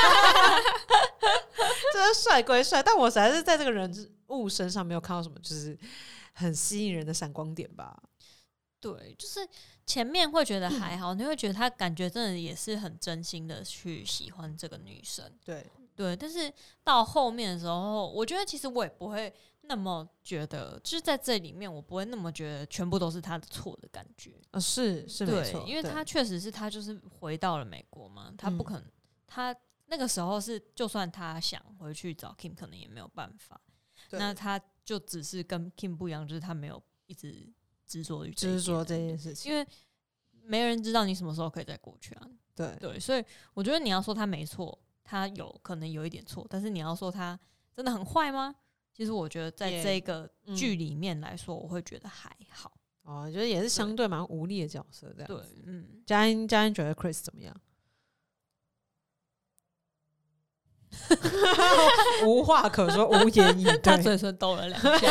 帅归帅，但我实在是在这个人物身上没有看到什么就是很吸引人的闪光点吧。 对，就是前面会觉得还好，嗯、你会觉得他感觉真的也是很真心的去喜欢这个女生。 对对，但是到后面的时候，我觉得其实我也不会那么觉得，就是在这里面我不会那么觉得全部都是他的错的感觉。 呃、是是没错， 因为他确实是他就是回到了美国嘛，他不可能、嗯、他那个时候是就算他想回去找 Kim 可能也没有办法，那他就只是跟 Kim 不一样，就是他没有一直执着于执着这件事情， 因为没人知道你什么时候可以再过去啊。 对对，所以我觉得你要说他没错，他有可能有一点错，但是你要说他真的很坏吗？其实我觉得在这个剧里面来说，我会觉得还好。 哦，我觉得也是相对蛮无力的角色这样。 对，嗯。 嘉欣，嘉欣觉得 Chris 怎么样？无话可说，无言以对。 他嘴唇抖了两下。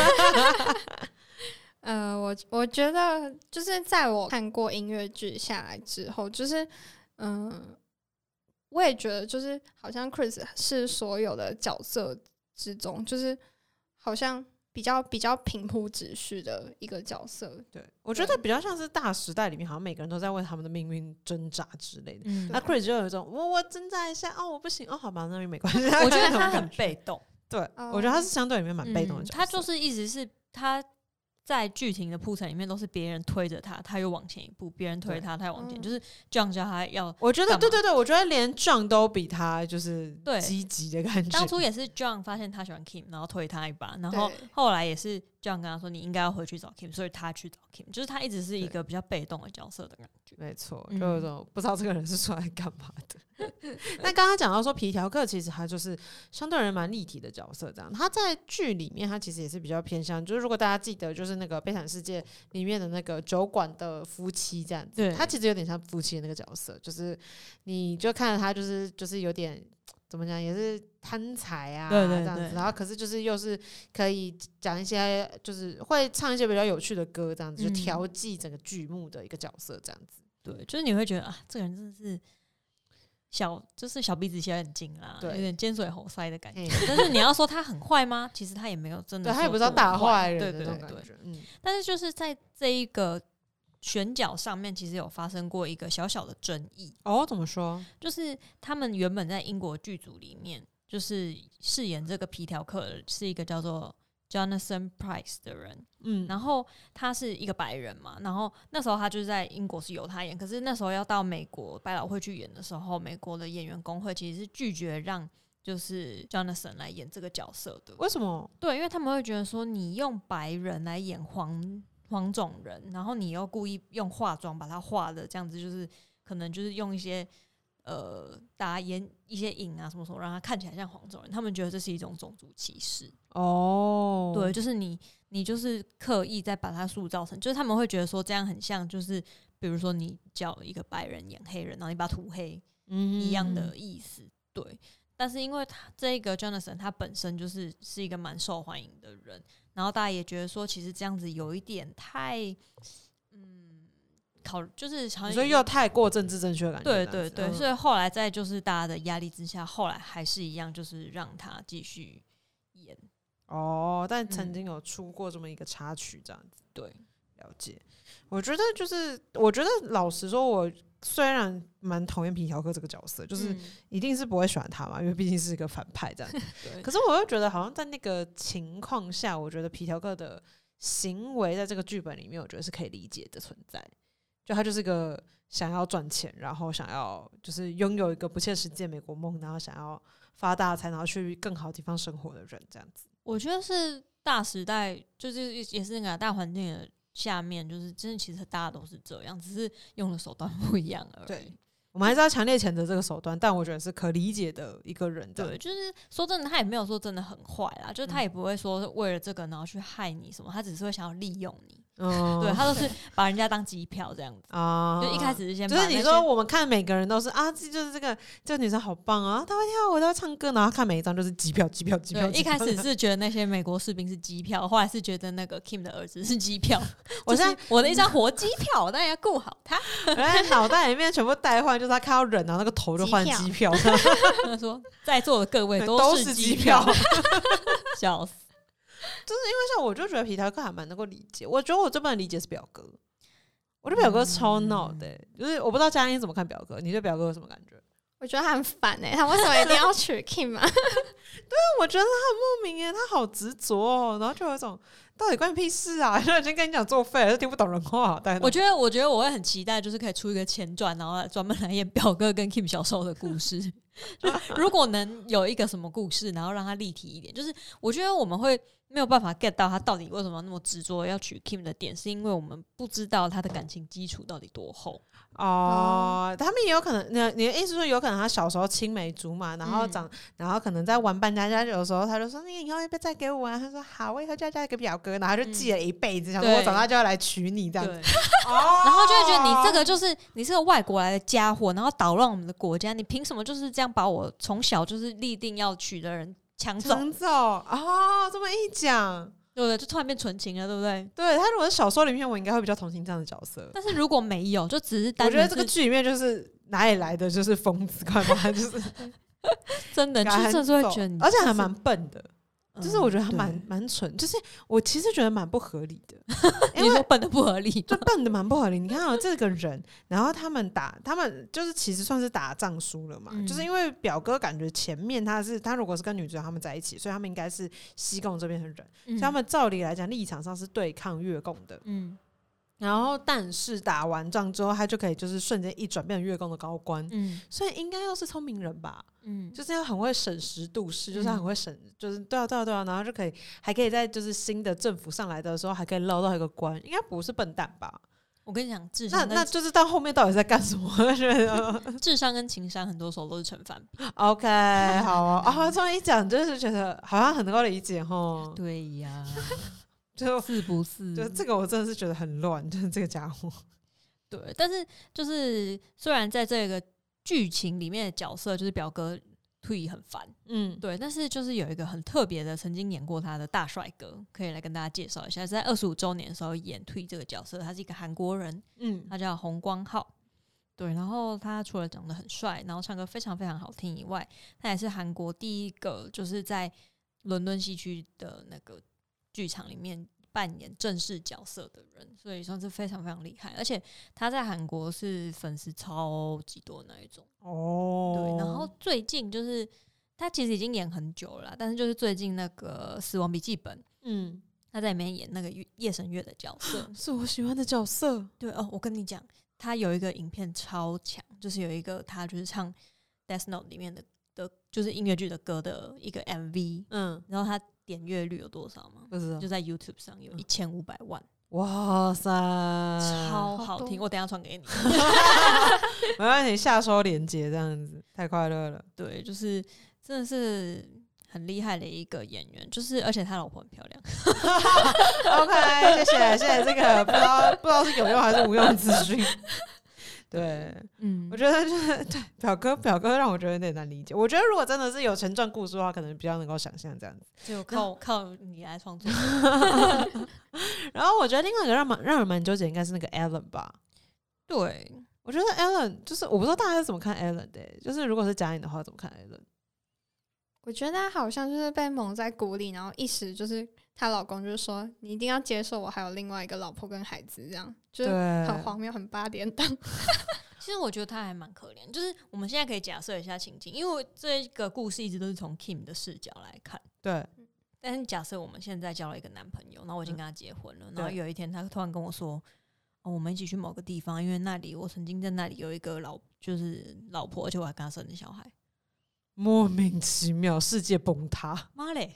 呃，我我觉得就是在我看过音乐剧下来之后，就是嗯、呃，我也觉得就是好像 Chris 是所有的角色之中，就是好像比较比较平铺直叙的一个角色。 对，我觉得比较像是大时代里面，好像每个人都在为他们的命运挣扎之类的。 嗯， 那 Chris 就有一种我我挣扎一下，哦，我不行，哦，好吧，那没关系。 我觉得他很被动。 对，哦、我觉得他是相对里面蛮被动的角色、 嗯。他就是一直是他在剧情的铺陈里面都是别人推着他，他又往前一步；别人推他，他又往前，嗯、就是 John 叫他要。 我觉得对对对，我觉得连 John 都比他就是积极的感觉。 当初也是 John 发现他喜欢 Kim， 然后推他一把，然后后来也是 John 跟他说你应该要回去找 Kim， 所以他去找 Kim， 就是他一直是一个比较被动的角色的感觉。 没错，就有种不知道这个人是出来干嘛的。那刚刚讲到说皮条客其实他就是相对人蛮立体的角色，这样他在剧里面他其实也是比较偏向，就是如果大家记得就是那个悲惨世界里面的那个酒馆的夫妻这样子，他其实有点像夫妻的那个角色，就是你就看着他就是就是有点怎么讲，也是贪财啊， 对对对， 这样子，然后可是就是又是可以讲一些，就是会唱一些比较有趣的歌，这样子，嗯、就调剂整个剧目的一个角色，这样子。 对，就是你会觉得啊，这个人真的是小，就是小鼻子小眼睛啦，有点尖嘴猴腮的感觉。但是你要说他很坏吗？其实他也没有真的， 对，他也不是大坏人的那种感觉。 嗯，但是就是在这一个选角上面，其实有发生过一个小小的争议。 哦，怎么说？ 就是他们原本在英国剧组里面，就是饰演这个皮条客的是一个叫做Jonathan Pryce 的人，嗯，然后他是一个白人嘛，然后那时候他就是在英国是由他演，可是那时候要到美国百老汇去演的时候，美国的演员工会其实是拒绝让就是 Jonathan 来演这个角色的。 为什么？ 对，因为他们会觉得说你用白人来演黄黄种人，然后你又故意用化妆把他画的这样子，就是可能就是用一些呃打眼一些影啊什么什么，让他看起来像黄种人，他们觉得这是一种种族歧视。哦，对，就是你你就是刻意在把他塑造成，就是他们会觉得说这样很像，就是比如说你叫一个白人演黑人，然后你把他涂黑一样的意思。嗯、对，但是因为他这个 Jonathan 他本身就是是一个蛮受欢迎的人，然后大家也觉得说其实这样子有一点太嗯考就是好像所以又太过政治正确的感觉。 对对对、嗯，所以后来在就是大家的压力之下，后来还是一样，就是让他继续演。 哦，但曾经有出过这么一个插曲，这样子、嗯。 对， 了解。我觉得就是，我觉得老实说，我虽然蛮讨厌皮条客这个角色，就是一定是不会喜欢他嘛，因为毕竟是一个反派这样子。对。可是我又觉得，好像在那个情况下，我觉得皮条客的行为在这个剧本里面，我觉得是可以理解的存在。就他就是个想要赚钱，然后想要就是拥有一个不切实际的美国梦，然后想要发大财，然后去更好的地方生活的人，这样子。 我觉得是大时代，就是也是那个大环境的下面，就是真的其实大家都是这样，只是用的手段不一样而已。 对，我们还是要强烈谴责这个手段，但我觉得是可理解的一个人。 对，就是说真的，他也没有说真的很坏啦，就是他也不会说为了这个然后去害你什么，他只是会想要利用你。 嗯，对他都是把人家当机票这样子啊，就一开始是先把就是你说我们看每个人都是啊，这就是这个这个女生好棒啊，她会跳舞，她会唱歌，然后看每一张就是机票机票机票。 一开始是觉得那些美国士兵是机票，后来是觉得那个 Kim 的儿子是机票。我现在我的一张活机票，我当然要顾好他。 我在脑袋里面全部代换，就是他看到人然后那个头就换机票。 他说在座的各位都是机票，笑死。 就是因为像我就觉得皮条客还蛮能够理解，我觉得我最不能理解是表哥，我觉得表哥超闹的、欸嗯，就是我不知道嘉玲怎么看表哥，你对表哥有什么感觉？ 我觉得他很烦哎、欸，他为什么一定要娶 Kim 啊？ 对啊，我觉得他很莫名哎、欸，他好执着哦，然后就有一种到底关你屁事啊！就已经跟你讲作废了，就听不懂人话。 我觉得，我觉得我会很期待，就是可以出一个前传，然后专门来演表哥跟 Kim 小时候的故事。就如果能有一个什么故事，然后让他立体一点，就是我觉得我们会没有办法 get 到他到底为什么那么执着要娶 Kim 的点，是因为我们不知道他的感情基础到底多厚。 哦、嗯，他们也有可能，你你的意思说有可能他小时候青梅竹马，然后长，嗯、然后可能在玩扮家家酒的时候，他就说你以后要不要再给我玩？他说好，我以后就要嫁给表哥，然后他就记了一辈子，嗯、想说我长大就要来娶你这样子。哦， 然后就会觉得你这个就是你是个外国来的家伙，然后捣乱我们的国家，你凭什么就是这样把我从小就是立定要娶的人抢走？ 抢走哦，这么一讲。 对不对？就突然变纯情了，对不对？ 对，他如果是小说里面，我应该会比较同情这样的角色。 但是如果没有，就只是单纯是， 我觉得这个剧里面就是哪里来的就是疯子，干嘛就是真的，就是真的会觉得你， 而且还蛮笨的。就是我觉得他蛮蛮蠢，就是我其实觉得蛮不合理的。 因为你说笨的不合理， 就笨的蛮不合理。你看啊，这个人，然后他们打，他们就是其实算是打仗输了嘛。嗯、就是因为表哥感觉前面他是他如果是跟女主角他们在一起，所以他们应该是西贡这边的人，嗯、所以他们照理来讲立场上是对抗越共的。嗯。然后，但是打完仗之后，他就可以就是瞬间一转变成越共的高官，嗯，所以应该又是聪明人吧，嗯，就是要很会审时度势，就是他很会审，嗯、就是对啊对啊对啊，然后就可以还可以在就是新的政府上来的时候，还可以捞到一个官，应该不是笨蛋吧？ 我跟你讲，智商那那就是到后面到底在干什么？ 智商跟情商很多时候都是成反比。 OK， 好啊，啊，这么一讲，就是觉得好像很能够理解齁。 对呀。 就是不是？ 就这个我真的是觉得很乱，就是这个家伙。 对，但是就是虽然在这个剧情里面的角色就是表哥退很烦，嗯，对，但是就是有一个很特别的，曾经演过他的大帅哥，可以来跟大家介绍一下，是在二十五周年的时候演退这个角色，他是一个韩国人，嗯，他叫洪光浩。对，然后他除了长得很帅，然后唱歌非常非常好听以外，他也是韩国第一个就是在伦敦西区的那个剧场里面扮演正式角色的人，所以算是非常非常厉害。而且他在韩国是粉丝超级多的那一种哦。对，然后最近就是他其实已经演很久了啦，但是就是最近那个《死亡笔记本》，嗯，他在里面演那个夜神月的角色， 是我喜欢的角色。 对哦，我跟你讲，他有一个影片超强，就是有一个他就是唱《Death Note》里面的的，就是音乐剧的歌的一个 M V， 嗯，然后他点阅率有多少吗？不知道，就在 YouTube 上有一千五百万。哇塞，超好听！我等一下传给你。 没关系，下收连结这样子，太快乐了。 对，就是真的是很厉害的一个演员，就是而且他老婆很漂亮。 OK， 谢谢谢谢这个不知道不知道是有用还是无用资讯。对，嗯，我觉得就是对表哥表哥让我觉得有点难理解。我觉得如果真的是有前传故事的话，可能比较能够想象这样子， 就靠靠你来创作。 然后我觉得另外一个让蛮让人蛮纠结，应该是那个 Ellen 吧。 对， 我觉得 Ellen 就是我不知道大家是怎么看 Ellen 的、欸，就是如果是嘉颖的话，怎么看 Ellen？ 我觉得她好像就是被蒙在鼓里，然后一时就是她老公就是说你一定要接受我还有另外一个老婆跟孩子，这样就是很荒谬，很八点档。 其实我觉得她还蛮可怜，就是我们现在可以假设一下情境，因为这个故事一直都是从 Kim 的视角来看。 对。 但是假设我们现在交了一个男朋友，然后我已经跟他结婚了，嗯、然后有一天他突然跟我说：“哦，我们一起去某个地方，因为那里我曾经在那里有一个老就是老婆，而且我还跟他生了小孩。” 莫名其妙，世界崩塌， 妈嘞！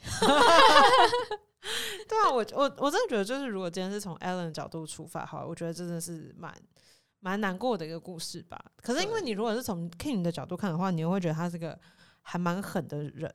对啊，我我我真的觉得，就是如果今天是从 Ellen 的角度出发，好，我觉得真的是蛮蛮难过的一个故事吧。可是因为你如果是从 Kim 的角度看的话，你又会觉得他是个还蛮狠的人，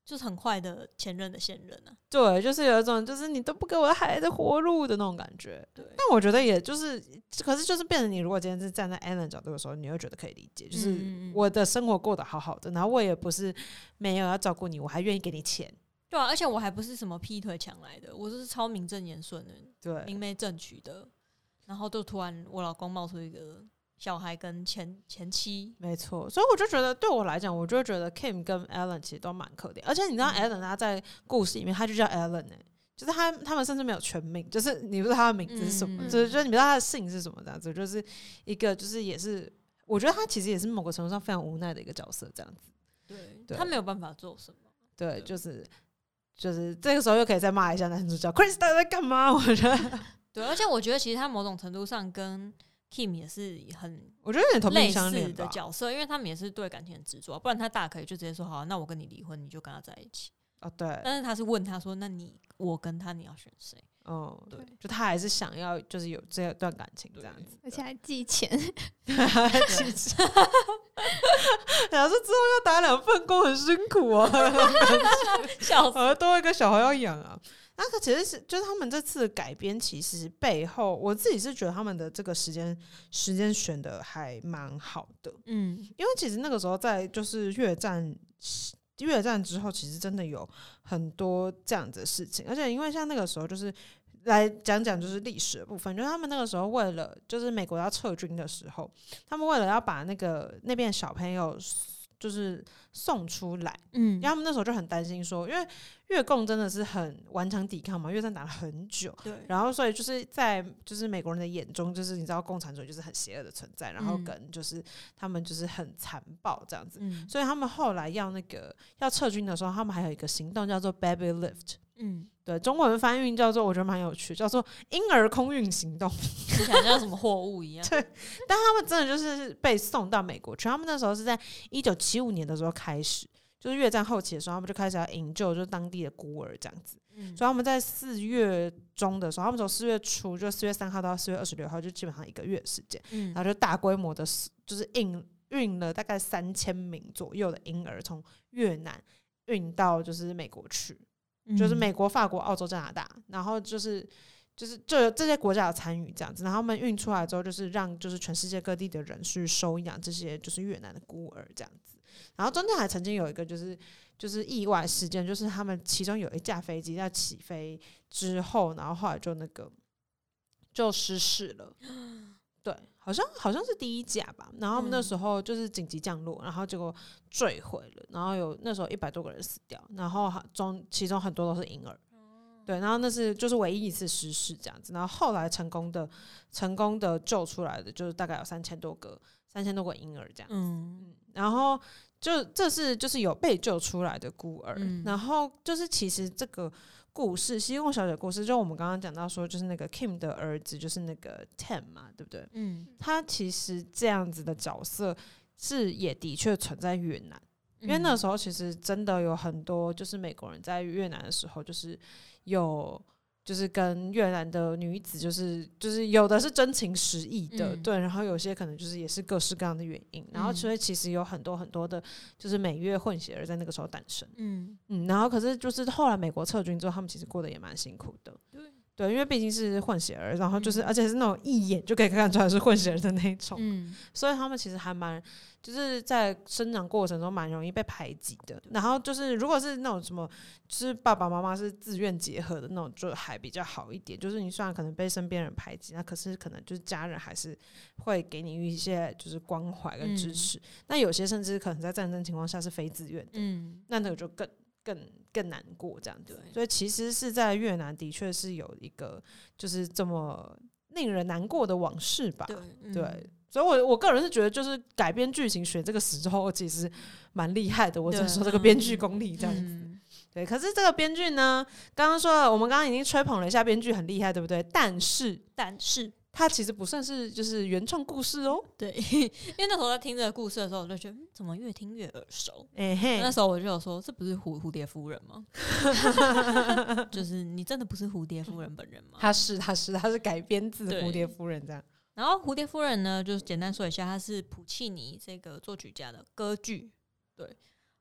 就是很坏的前任的现任啊。 对，就是有一种就是你都不给我的孩子活路的那种感觉。对，但我觉得也就是，可是就是变成你如果今天是站在 Alan 角度的时候，你会觉得可以理解，就是我的生活过得好好的，然后我也不是没有要照顾你，我还愿意给你钱。 对啊，而且我还不是什么劈腿抢来的，我就是超名正言顺的， 对， 明媒正娶的。然后就突然我老公冒出一个小孩跟前前妻， 没错，所以我就觉得对我来讲，我就觉得 Kim 跟 Alan 其实都蛮可怜，而且你知道 Alan 他在故事里面他就叫 Alan 哎、欸，就是他他们甚至没有全名，就是你不知道他的名字是什么，嗯、就是就是你不知道他的姓是什么这样子，就是一个就是也是我觉得他其实也是某个程度上非常无奈的一个角色这样子， 对，对他没有办法做什么， 对，对就是就是这个时候又可以再骂一下男主角 Krista 在干嘛，我觉得。 对，而且我觉得其实他某种程度上跟 Kim 也是很， 我觉得有点同病相怜的角色，因为他们也是对感情很执着，不然他大可以就直接说好，那我跟你离婚，你就跟他在一起。 哦，对。 但是他是问他说，那你我跟他你要选谁？ 哦，对，就他还是想要就是有这段感情这样子， 而且还寄钱， 寄钱。然后说之后要打两份工，很辛苦啊， 笑死， 多一个小孩要养啊。那个其实是就是他们这次的改编，其实背后我自己是觉得他们的这个时间时间选的还蛮好的，嗯，因为其实那个时候在就是越战越战之后，其实真的有很多这样子的事情，而且因为像那个时候就是来讲讲就是历史的部分，就是他们那个时候为了就是美国要撤军的时候，他们为了要把那个那边小朋友就是送出来，嗯，因为他们那时候就很担心说，因为越共真的是很顽强抵抗嘛，越战打了很久，对，然后所以就是在就是美国人的眼中，就是你知道共产主义就是很邪恶的存在，然后跟就是他们就是很残暴这样子，嗯，所以他们后来要那个要撤军的时候，他们还有一个行动叫做 Baby Lift，嗯，对，中文翻译叫做我觉得蛮有趣，叫做婴儿空运行动， 听起来像什么货物一样。 对，但他们真的就是被送到美国去。他们那时候是在一九七五年的时候开始，就是越战后期的时候，他们就开始要营救就是当地的孤儿这样子。嗯，所以他们在四月中的时候，他们从四月初就四月三号到四月二十六号，就基本上一个月的时间，嗯，然后就大规模的，就是运运了大概三千名左右的婴儿从越南运到就是美国去。就是美国、法国、澳洲、加拿大，然后就是就是就有这些国家有参与这样子，然后他们运出来之后，就是让就是全世界各地的人去收养这些就是越南的孤儿这样子。然后中间还曾经有一个就是就是意外事件，就是他们其中有一架飞机在起飞之后，然后后来就那个就失事了，对。好像好像是第一架吧，然后他们那时候就是紧急降落，然后结果坠毁了，然后有那时候一百多个人死掉，然后中其中很多都是婴儿，对，然后那是就是唯一一次失事这样子，然后后来成功的成功的救出来的就是大概有三千多个三千多个婴儿这样子，嗯，然后就这是就是有被救出来的孤儿，嗯，然后就是其实这个。故事西贡小姐故事，就我们刚刚讲到说，就是那个 Kim 的儿子，就是那个 Tim 嘛，对不对？嗯，他其实这样子的角色是也的确存在越南，因为那时候其实真的有很多就是美国人在越南的时候，就是有就是跟越南的女子，就是就是有的是真情实意的，嗯，对，然后有些可能就是也是各式各样的原因，然后所以其实有很多很多的，就是美越混血儿在那个时候诞生，嗯嗯，然后可是就是后来美国撤军之后，他们其实过得也蛮辛苦的，对。对，因为毕竟是混血儿，然后就是、嗯、而且是那种一眼就可以看出来是混血儿的那种，嗯，所以他们其实还蛮就是在生长过程中蛮容易被排挤的。然后就是如果是那种什么，就是爸爸妈妈是自愿结合的那种，就还比较好一点。就是你虽然可能被身边人排挤，那可是可能就是家人还是会给你一些就是关怀跟支持。嗯、那有些甚至可能在战争情况下是非自愿的，嗯，那那个就更。更更难过这样子，所以其实是在越南的确是有一个就是这么令人难过的往事吧。对，嗯、对，所以我我个人是觉得，就是改编剧情选这个时候其实蛮厉害的。我只能说这个编剧功力这样子。嗯、对，可是这个编剧呢，刚刚说了，我们刚刚已经吹捧了一下编剧很厉害，对不对？但是， 但是。 它其实不算是就是原创故事哦， 对，因为那时候在听这个故事的时候，我就觉得、嗯、怎么越听越耳熟。欸、那时候我就有说，这不是蝴蝴蝶夫人吗？就是你真的不是蝴蝶夫人本人吗？ 他是，他是，他是改编自蝴蝶夫人这样。 然后蝴蝶夫人呢，就是简单说一下，她是普契尼这个作曲家的歌剧。对，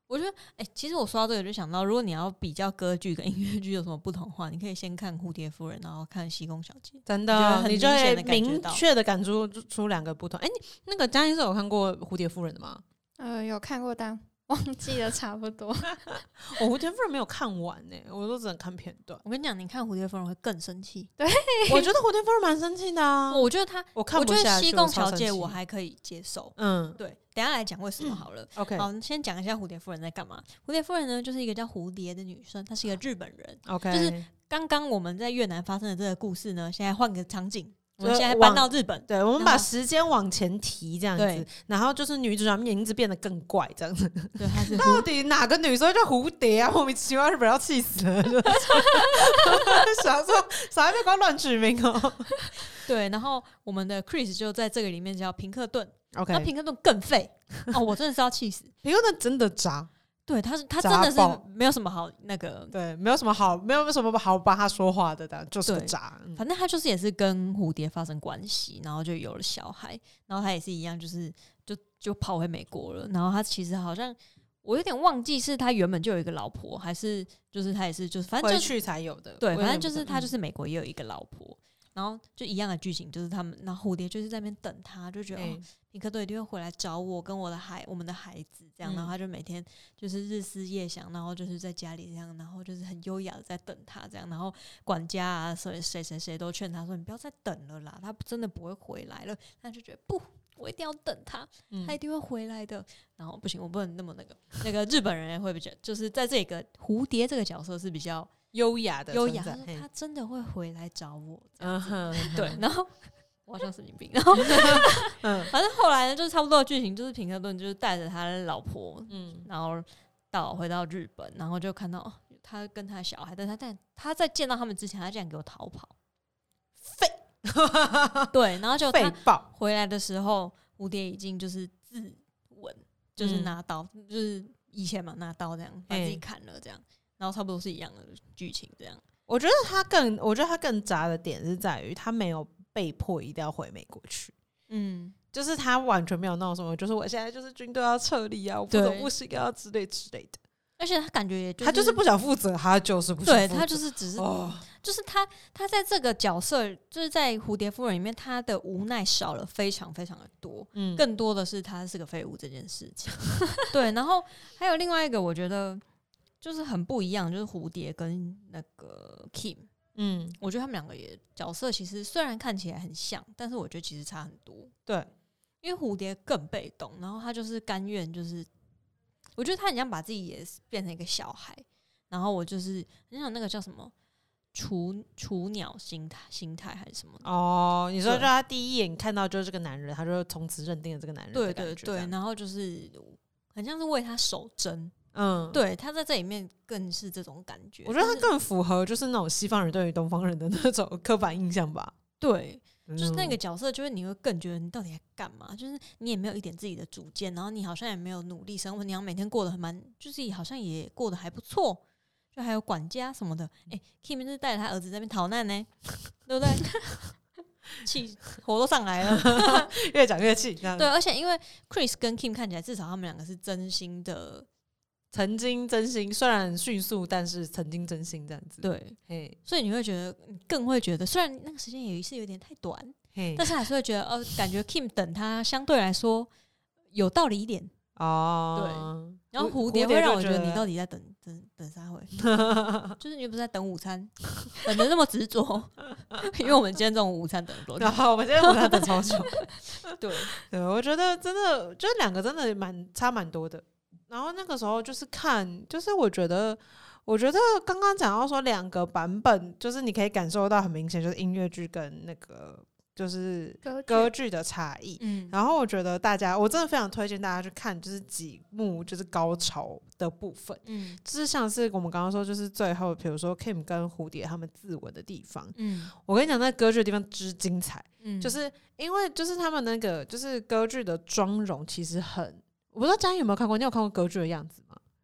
我觉得，哎、欸，其实我说到这个就想到，如果你要比较歌剧跟音乐剧有什么不同的话，你可以先看《蝴蝶夫人》，然后看《西宫小姐》， 真的，你就会明确的感出出两个不同。哎、欸，你那个江医生有看过《蝴蝶夫人》的吗？ 呃，有看过，但忘记了差不多。 我蝴蝶夫人没有看完呢、欸，我都只能看片段。 我跟你讲，你看蝴蝶夫人会更生气。 对， 我觉得蝴蝶夫人蛮生气的啊。 我觉得他， 我看不下去。 我觉得西宫小姐我还可以接受。嗯，对，等一下来讲为什么好了。 嗯、OK， 好，先讲一下蝴蝶夫人在干嘛。蝴蝶夫人呢，就是一个叫蝴蝶的女生，她是一个日本人。 OK， 就是刚刚我们在越南发生的这个故事呢，现在换个场景。我们现在搬到日本， 对，我们把时间往前提这样子，然后就是女主角名字变得更怪这样子。 对，她是到底哪个女生叫蝴蝶啊？莫名其妙，日本要气死了，就想说啥被光乱取名哦。 对，然后我们的 Chris 就在这个里面叫平克顿 ，OK， 那平克顿更废哦，我真的是要气死， 平克顿真的渣。 对，他是他真的是没有什么好那个， 对，没有什么好，没有什么好帮他说话的，就是个渣。 反正他就是也是跟蝴蝶发生关系，然后就有了小孩，然后他也是一样，就是就就跑回美国了。然后他其实好像我有点忘记是他原本就有一个老婆，还是就是他也是就是反正、就是、 回去才有的。 对，反正就是他就是美国也有一个老婆。然后就一样的剧情，就是他们，然后蝴蝶就是在那边等他，就觉得、欸哦、平克顿一定会回来找我跟我的孩，我们的孩子这样。嗯、然后他就每天就是日思夜想，然后就是在家里这样，然后就是很优雅的在等他这样。然后管家啊，谁谁谁谁都劝他说：“你不要再等了啦，他真的不会回来了。”他就觉得不，我一定要等他，他一定会回来的。嗯、然后不行，我不能那么那个。那个日本人也会比较，就是在这个蝴蝶这个角色是比较。 优雅的优雅，他说他真的会回来找我，嗯哼，对，然后我好像神经病，然后嗯，反正后来呢，就是差不多的剧情，就是平克顿就是带着他的老婆，嗯，然后到回到日本，然后就看到、哦、他跟他的小孩，但他但他在见到他们之前，他竟然给我逃跑， 废， 对，然后就废爆回来的时候，蝴蝶已经就是自刎，就是拿刀，嗯、就是以前嘛拿刀这样把自己砍了这样。然后差不多是一样的剧情，这样。 我觉得他更，我觉得他更渣的点是在于他没有被迫一定要回美国去，嗯，就是他完全没有那种什么，就是我现在就是军队要撤离啊，我不走不行啊之类之类的。 而且他感觉也、就是， 他就是不想负责，他就是不想负责， 对他就是只是，哦、就是他他在这个角色，就是在蝴蝶夫人里面，他的无奈少了非常非常的多，嗯，更多的是他是个废物这件事情。对，然后还有另外一个，我觉得。就是很不一样，就是蝴蝶跟那个 Kim， 嗯，我觉得他们两个也角色其实虽然看起来很像，但是我觉得其实差很多。 对， 因为蝴蝶更被动，然后他就是甘愿，就是我觉得他很像把自己也变成一个小孩，然后我就是很想那个叫什么雏雏鸟心态心态还是什么哦？你说就他第一眼看到就是这个男人，他就从此认定了这个男人的感觉， 对对对，然后就是很像是为他守贞。嗯，对，他在这里面更是这种感觉。 我觉得他更符合就是那种西方人对于东方人的那种刻板印象吧。 对，就是那个角色，就是你会更觉得你到底在干嘛？就是你也没有一点自己的主见，然后你好像也没有努力生活，你好像每天过得很蛮，就是好像也过得还不错，就还有管家什么的。哎、欸、，Kim 就是带着他儿子在那边逃难呢，对不对？气火都上来了， 越讲越气。 对，而且因为 Chris 跟 Kim 看起来，至少他们两个是真心的。 曾经真心，虽然迅速，但是曾经真心这样子。 对，嘿，所以你会觉得，更会觉得，虽然那个时间也是有点太短，但是还是会觉得，哦，感觉 Kim 等他相对来说有道理一点哦。对，然后蝴蝶会让我觉得你到底在等等等啥回？就是你不是在等午餐，等的那么执着，因为我们今天中午午餐等了多久？ 好，我们今天午餐等超久。 对， 对，我觉得真的，就是两个真的蛮差蛮多的。然后那个时候就是看，就是我觉得，我觉得刚刚讲到说两个版本，就是你可以感受到很明显，就是音乐剧跟那个就是歌剧的差异。嗯，然后我觉得大家，我真的非常推荐大家去看，就是几幕就是高潮的部分。嗯，就是像是我们刚刚说，就是最后比如说 Kim 跟蝴蝶他们自刎的地方。嗯，我跟你讲，那歌剧的地方之精彩。嗯，就是因为就是他们那个就是歌剧的妆容其实很。我不知道佳音有没有看过，你有看过歌剧的样子吗？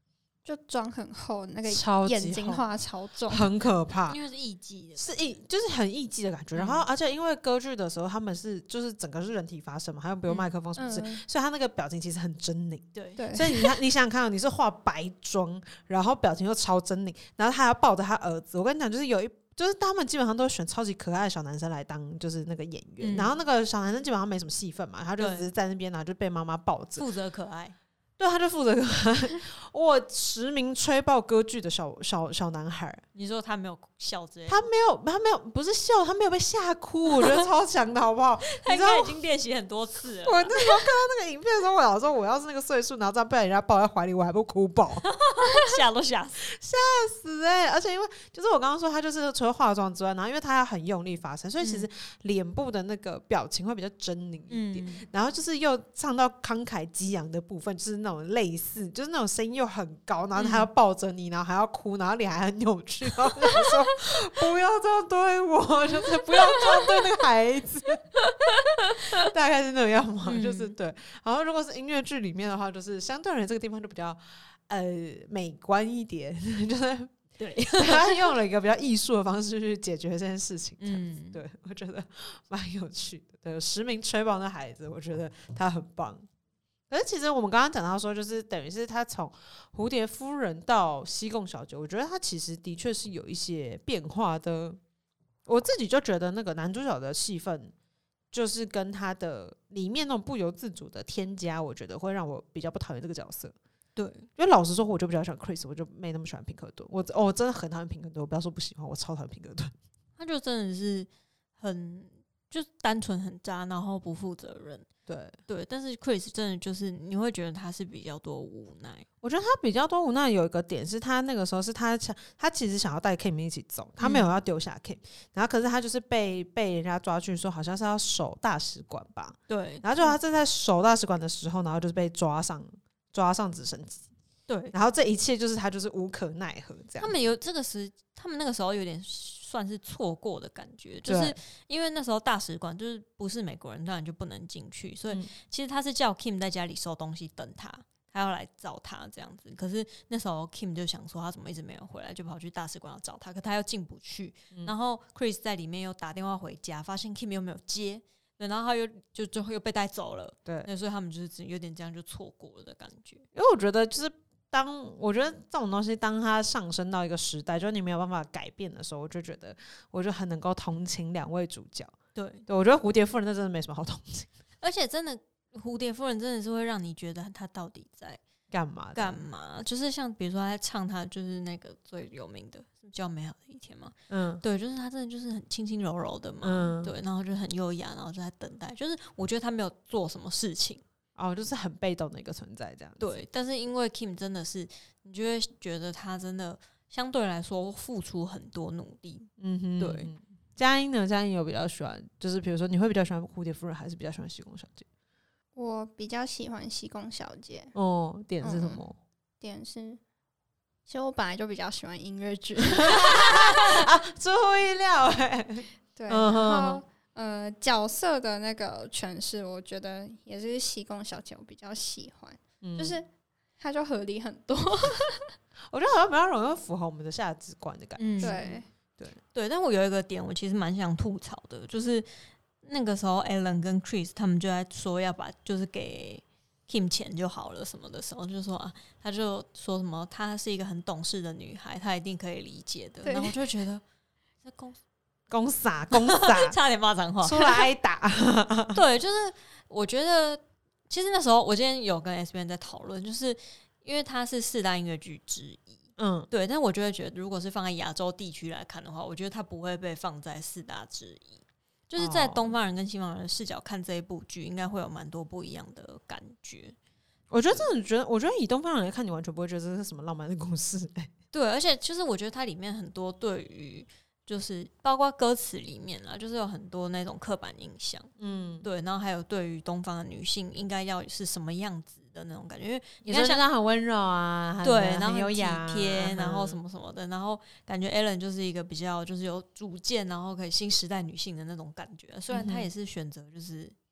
就妆很厚，那个眼睛画超重， 很可怕， 因为是艺伎的， 是艺就是很艺伎的感觉。嗯、然后而且因为歌剧的时候，他们是就是整个是人体发声嘛，还有比如麦克风什么之类、嗯，所以他那个表情其实很狰狞。 对对， 所以你看，你想想看、喔，你是化白妆，然后表情又超狰狞，然后他还要抱着他儿子。我跟你讲，就是有一。就是他们基本上都选超级可爱的小男生来当就是那个演员、嗯，然后那个小男生基本上没什么戏份嘛，他就只是在那边，然后就被妈妈抱着， 负责可爱。 对，他就负责可爱。我实名吹爆歌剧的小小小男孩。 你说他没有笑之类的？ 他没有，他没有，不是笑，他没有被吓哭，我觉得超强的，好不好？ 他应该已经练习很多次了。 我那时候看到那个影片的时候，我老说我要是那个岁数，然后这样被人家抱在怀里，我还不哭爆， 吓都吓死， 吓死哎、欸！而且因为就是我刚刚说，他就是除了化妆之外，然后因为他要很用力发声，所以其实脸部的那个表情会比较狰狞一点、嗯，然后就是又唱到慷慨激昂的部分，就是那种类似，就是那种声音又很高，然后他要抱着你，然后还要哭，然后脸还很扭曲，然后就说不要这样对我，就是不要这样对那个孩子，大概是那样嘛、嗯，就是对。然后如果是音乐剧里面的话，就是相对而言这个地方就比较呃美观一点，就是对他用了一个比较艺术的方式去解决这件事情，这样子、 嗯， 对我觉得蛮有趣的。对，实名吹爆那孩子，我觉得他很棒。可是其实我们刚刚讲到说，就是等于是他从蝴蝶夫人到西贡小姐，我觉得他其实的确是有一些变化的。我自己就觉得那个男主角的戏份，就是跟他的里面那种不由自主的添加，我觉得会让我比较不讨厌这个角色。 对， 因为老实说，我就比较喜欢 Chris， 我就没那么喜欢平克顿。我哦，我真的很讨厌平克顿，我不要说不喜欢，我超讨厌平克顿。 他就真的是很就单纯很渣，然后不负责任。 对对，但是 Chris 真的就是你会觉得他是比较多无奈。 我觉得他比较多无奈有一个点是他那个时候是他想他其实想要带 Kim 一起走，他没有要丢下 Kim，、嗯、然后可是他就是被被人家抓去说好像是要守大使馆吧。 对， 然后就他正在守大使馆的时候，然后就是被抓上抓上直升机。 对， 然后这一切就是他就是无可奈何这样。 他们有这个时，他们那个时候有点算是错过的感觉，就是因为那时候大使馆就是不是美国人，当然就不能进去，所以其实他是叫 Kim 在家里收东西等他，他要来找他这样子。可是那时候 Kim 就想说他怎么一直没有回来，就跑去大使馆要找他，可他又进不去、嗯。然后 Chris 在里面又打电话回家，发现 Kim 又没有接。对，然后他又就最后又被带走了。对，那所以他们就是有点这样就错过了的感觉。 因为我觉得就是。当我觉得这种东西，当它上升到一个时代，就是你没有办法改变的时候，我就觉得，我就很能够同情两位主角。 对， 对我觉得蝴蝶夫人那真的没什么好同情， 而且真的蝴蝶夫人真的是会让你觉得她到底在干嘛干嘛？就是像比如说她在唱她就是那个最有名的叫《美好的一天》嘛，嗯，对，就是她真的就是很轻轻柔柔的嘛，嗯，对，然后就很优雅，然后就在等待，就是我觉得她没有做什么事情。 哦，就是很被动的一个存在，这样子。 对，但是因为 Kim 真的是，你就会觉得他真的相对来说付出很多努力。嗯哼，对。 佳音呢？佳音有比较喜欢，就是比如说，你会比较喜欢蝴蝶夫人，还是比较喜欢西宫小姐？ 我比较喜欢西宫小姐。 哦，点是什么？嗯、 点是，其实我本来就比较喜欢音乐剧。 啊，出乎意料哎、欸。 对，然后。呃，角色的那个诠释，我觉得也是西宫小姐我比较喜欢，嗯、就是它就合理很多。 我觉得好像比较容易符合我们的价值观的感觉。 嗯、 对对对，但我有一个点，我其实蛮想吐槽的，就是那个时候 Alan 跟 Chris 他们就在说要把就是给 Kim 钱就好了什么的时候，就说啊，他就说什么她是一个很懂事的女孩，她一定可以理解的。然后我就觉得这公司。 公傻公傻， 差点骂脏话， 出来挨打。 对，就是我觉得，其实那时候我今天有跟 S B N 在讨论，就是因为它是四大音乐剧之一，嗯，对。但我就会觉得，如果是放在亚洲地区来看的话，我觉得它不会被放在四大之一。就是在东方人跟西方人的视角看这一部剧，应该会有蛮多不一样的感觉。 我觉得真的觉得，我觉得以东方人来看，你完全不会觉得这是什么浪漫的故事、欸。 对，而且就是我觉得它里面很多对于。就是包括歌词里面啦，就是有很多那种刻板印象，嗯，对，然后还有对于东方的女性应该要是什么样子的那种感觉，因为你看像她很温柔啊， 对，然后很优雅、 体贴，然后什么什么的，然后感觉 Ellen 就是一个比较就是有主见，然后可以新时代女性的那种感觉。虽然她也是选择就是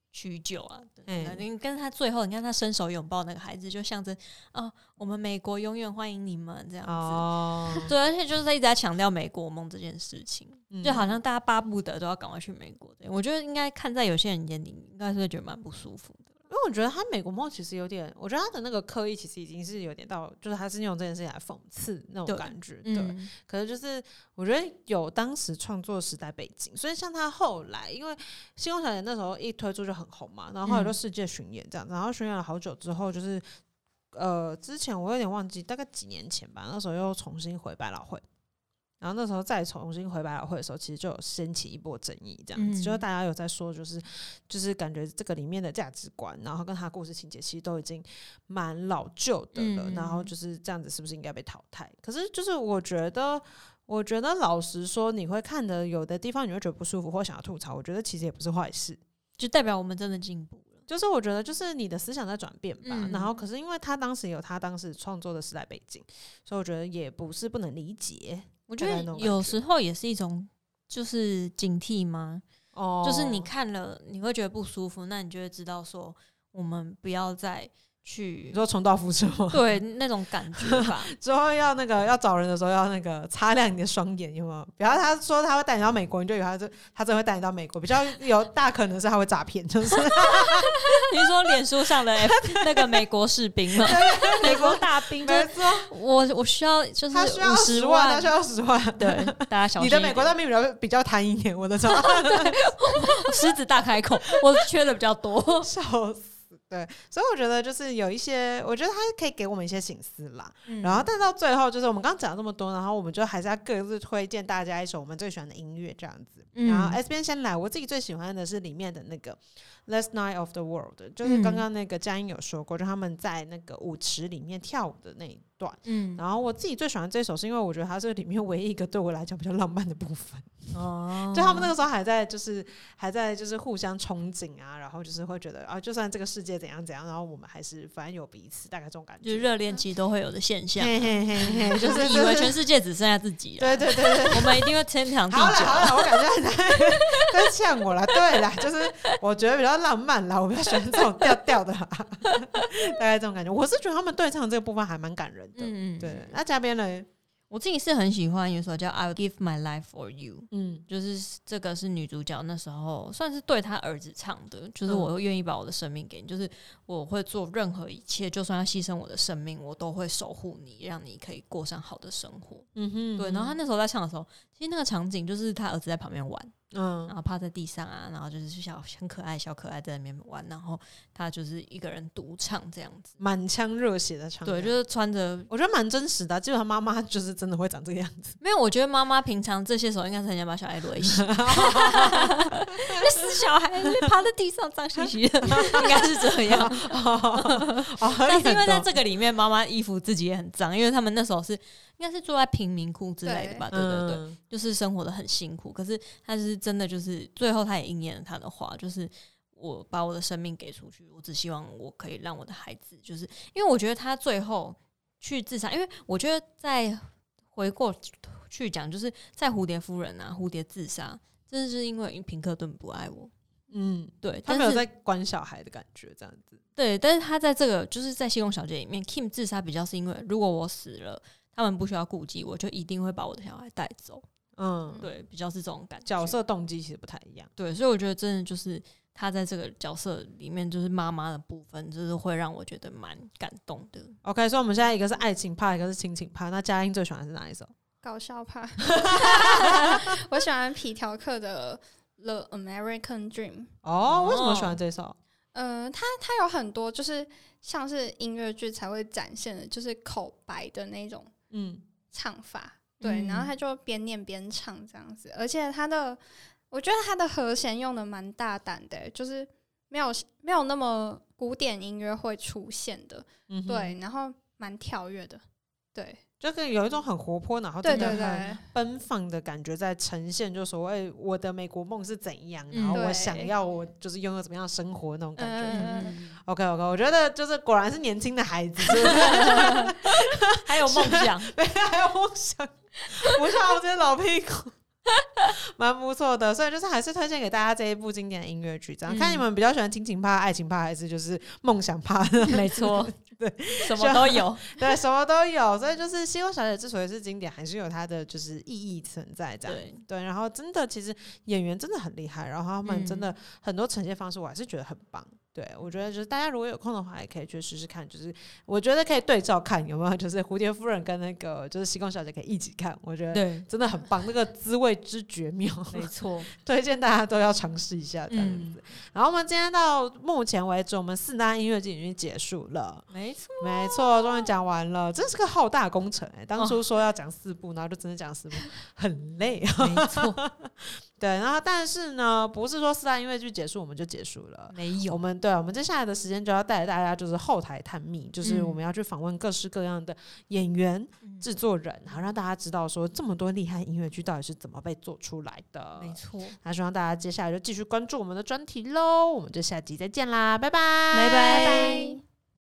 取酒啊，嗯，你跟他最后，你看他伸手拥抱那个孩子，就象征哦，我们美国永远欢迎你们这样子。哦，对，而且就是一直在强调美国梦这件事情，嗯，就好像大家巴不得都要赶快去美国。我觉得应该看在有些人眼里，应该是会觉得蛮不舒服的。 因为我觉得他美国梦其实有点，我觉得他的那个刻意其实已经是有点到，就是他是用这件事情来讽刺那种感觉。对，对嗯，可是就是我觉得有当时创作时代背景，所以像他后来，因为星空小姐那时候一推出就很红嘛，然后后来就世界巡演这样，然后巡演了好久之后，就是呃，之前我有点忘记，大概几年前吧，那时候又重新回百老汇。然后那时候再重新回百老汇的时候，其实就有掀起一波争议，这样子，嗯，就是大家有在说，就是就是感觉这个里面的价值观，然后跟他故事情节，其实都已经蛮老旧的了，嗯，然后就是这样子，是不是应该被淘汰？可是就是我觉得，我觉得老实说，你会看的有的地方你会觉得不舒服或想要吐槽，我觉得其实也不是坏事， 就代表我们真的进步了。 就是我觉得就是你的思想在转变吧，嗯，然后可是因为他当时有他当时创作的时代背景，所以我觉得也不是不能理解。 我觉得有时候也是一种就是警惕吗？哦，就是你看了你会觉得不舒服，那你就会知道说我们不要再去你说重蹈覆辙吗？ 对，那种感觉吧。 之后要那个要找人的时候要那个擦亮你的双眼，有没有？不要他说他会带你到美国，你就以为他这他真的会带你到美国，比较有大可能是他会诈骗，就是你说脸书上的 F, 那个美国士兵嘛，美国大兵， 没错， 我我需要就是他需要十万，他需要十万， 对，大家小心。 你的美国大兵比较比较贪一点，我的操， 狮子大开口，我缺的比较多， 笑死。对，所以我觉得就是有一些，我觉得他可以给我们一些省思啦。嗯，然后，但到最后就是我们刚刚讲了这么多，然后我们就还是要各自推荐大家一首我们最喜欢的音乐，这样子。嗯，然后 S 边先来，我自己最喜欢的是里面的那个 Last Night of the World， 就是刚刚那个佳音有说过，就他们在那个舞池里面跳舞的那一段。嗯，然后我自己最喜欢这首，是因为我觉得它是里面唯一一个对我来讲比较浪漫的部分。哦，就他们那个时候还在就是还在就是互相憧憬啊，然后就是会觉得啊，就算这个世界怎样怎样，然后我们还是反正有彼此，大概这种感觉， 就是热恋期都会有的现象。 嘿嘿嘿嘿， 就是以为全世界只剩下自己了。 对对对对， 我们一定会天长地久。 好了好了，我感觉在在呛我了。对啦，就是我觉得比较浪漫啦，我比较喜欢这种调调的啦，大概这种感觉。我是觉得他们对唱这个部分还蛮感人的。嗯嗯，对。那嘉宾呢？ 我自己是很喜欢有首叫 I'll Give My Life For You， 嗯，就是这个是女主角那时候算是对她儿子唱的，就是我会愿意把我的生命给你，就是我会做任何一切，就算要牺牲我的生命，我都会守护你，让你可以过上好的生活。嗯哼，对。然后他那时候在唱的时候，其实那个场景就是他儿子在旁边玩，嗯，然后趴在地上啊，然后就是小很可爱小可爱在那边玩，然后他就是一个人独唱这样子， 满腔热血的唱， 对，就是穿着， 我觉得蛮真实的、啊，基本上妈妈就是真的会长这个样子。 没有，我觉得妈妈平常这些时候应该是很想把小孩勒死，那死小孩趴在地上脏兮兮的，应该是这样。哦、但是因为在这个里面，妈妈衣服自己也很脏，因为他们那时候是应该是住在贫民窟之类的吧，对, 对对对，嗯、就是生活的很辛苦。可是他是真的，就是最后他也应验了他的话，就是我把我的生命给出去，我只希望我可以让我的孩子，就是因为我觉得他最后去自杀，因为我觉得在回过去讲，就是在蝴蝶夫人啊，蝴蝶自杀，真的是因为平克顿不爱我。嗯，对， 他没有在管小孩的感觉，这样子。 对，但是他在这个就是在西宫小姐里面 ，Kim 自杀比较是因为如果我死了，他们不需要顾忌，我就一定会把我的小孩带走。嗯，对，比较是这种感觉。 角色动机其实不太一样。 对，所以我觉得真的就是他在这个角色里面，就是妈妈的部分，就是会让我觉得蛮感动的。 OK， 所以我们现在一个是爱情派，一个是亲情派。那嘉音最喜欢的是哪一首？ 搞笑派。我喜欢皮条客的The American Dream。 哦，为什么喜欢这首？ 呃，它它有很多就是像是音乐剧才会展现的，就是口白的那种嗯唱法，对，嗯、然后他就边念边唱这样子，而且他的我觉得他的和弦用的蛮大胆的，就是没有没有那么古典音乐会出现的，嗯、对，然后蛮跳跃的，对。 就跟有一种很活泼，然后真的很奔放的感觉在呈现，就所谓我的美国梦是怎样，然后我想要我就是拥有怎么样的生活那种感觉。嗯、OK OK， 我觉得就是果然是年轻的孩子，是不是？ 还有梦想， 对，还有梦想。我想我这些老屁股。 蛮不错的，所以就是还是推荐给大家这一部经典的音乐剧，这样、嗯、看你们比较喜欢亲情派、爱情派，还是就是梦想派？ 没错， 对， 什么都有， 对，什么都有。所以就是《西宫小姐》之所以是经典，还是有它的就是意义存在，这样 对, 对。然后真的，其实演员真的很厉害，然后他们真的很多呈现方式，我还是觉得很棒。对，我觉得就是大家如果有空的话，也可以去试试看。就是我觉得可以对照看有没有，就是蝴蝶夫人跟那个就是西宫小姐可以一起看，我觉得真的很棒，那个滋味之绝妙， 没错， 推荐大家都要尝试一下这样子、嗯。然后我们今天到目前为止，我们四大音乐剧已经结束了， 没错， 没错，终于讲完了，真是个浩大工程哎、欸！当初说要讲四部，然后就真的讲四部，很累啊， 没错。 对，然后但是呢，不是说四大音乐剧结束我们就结束了， 没有。 我们对我们接下来的时间就要带着大家就是后台探秘，就是我们要去访问各式各样的演员、嗯、制作人，好让大家知道说这么多厉害音乐剧到底是怎么被做出来的。 没错。 那希望大家接下来就继续关注我们的专题喽，我们就下集再见啦，拜拜， 拜拜。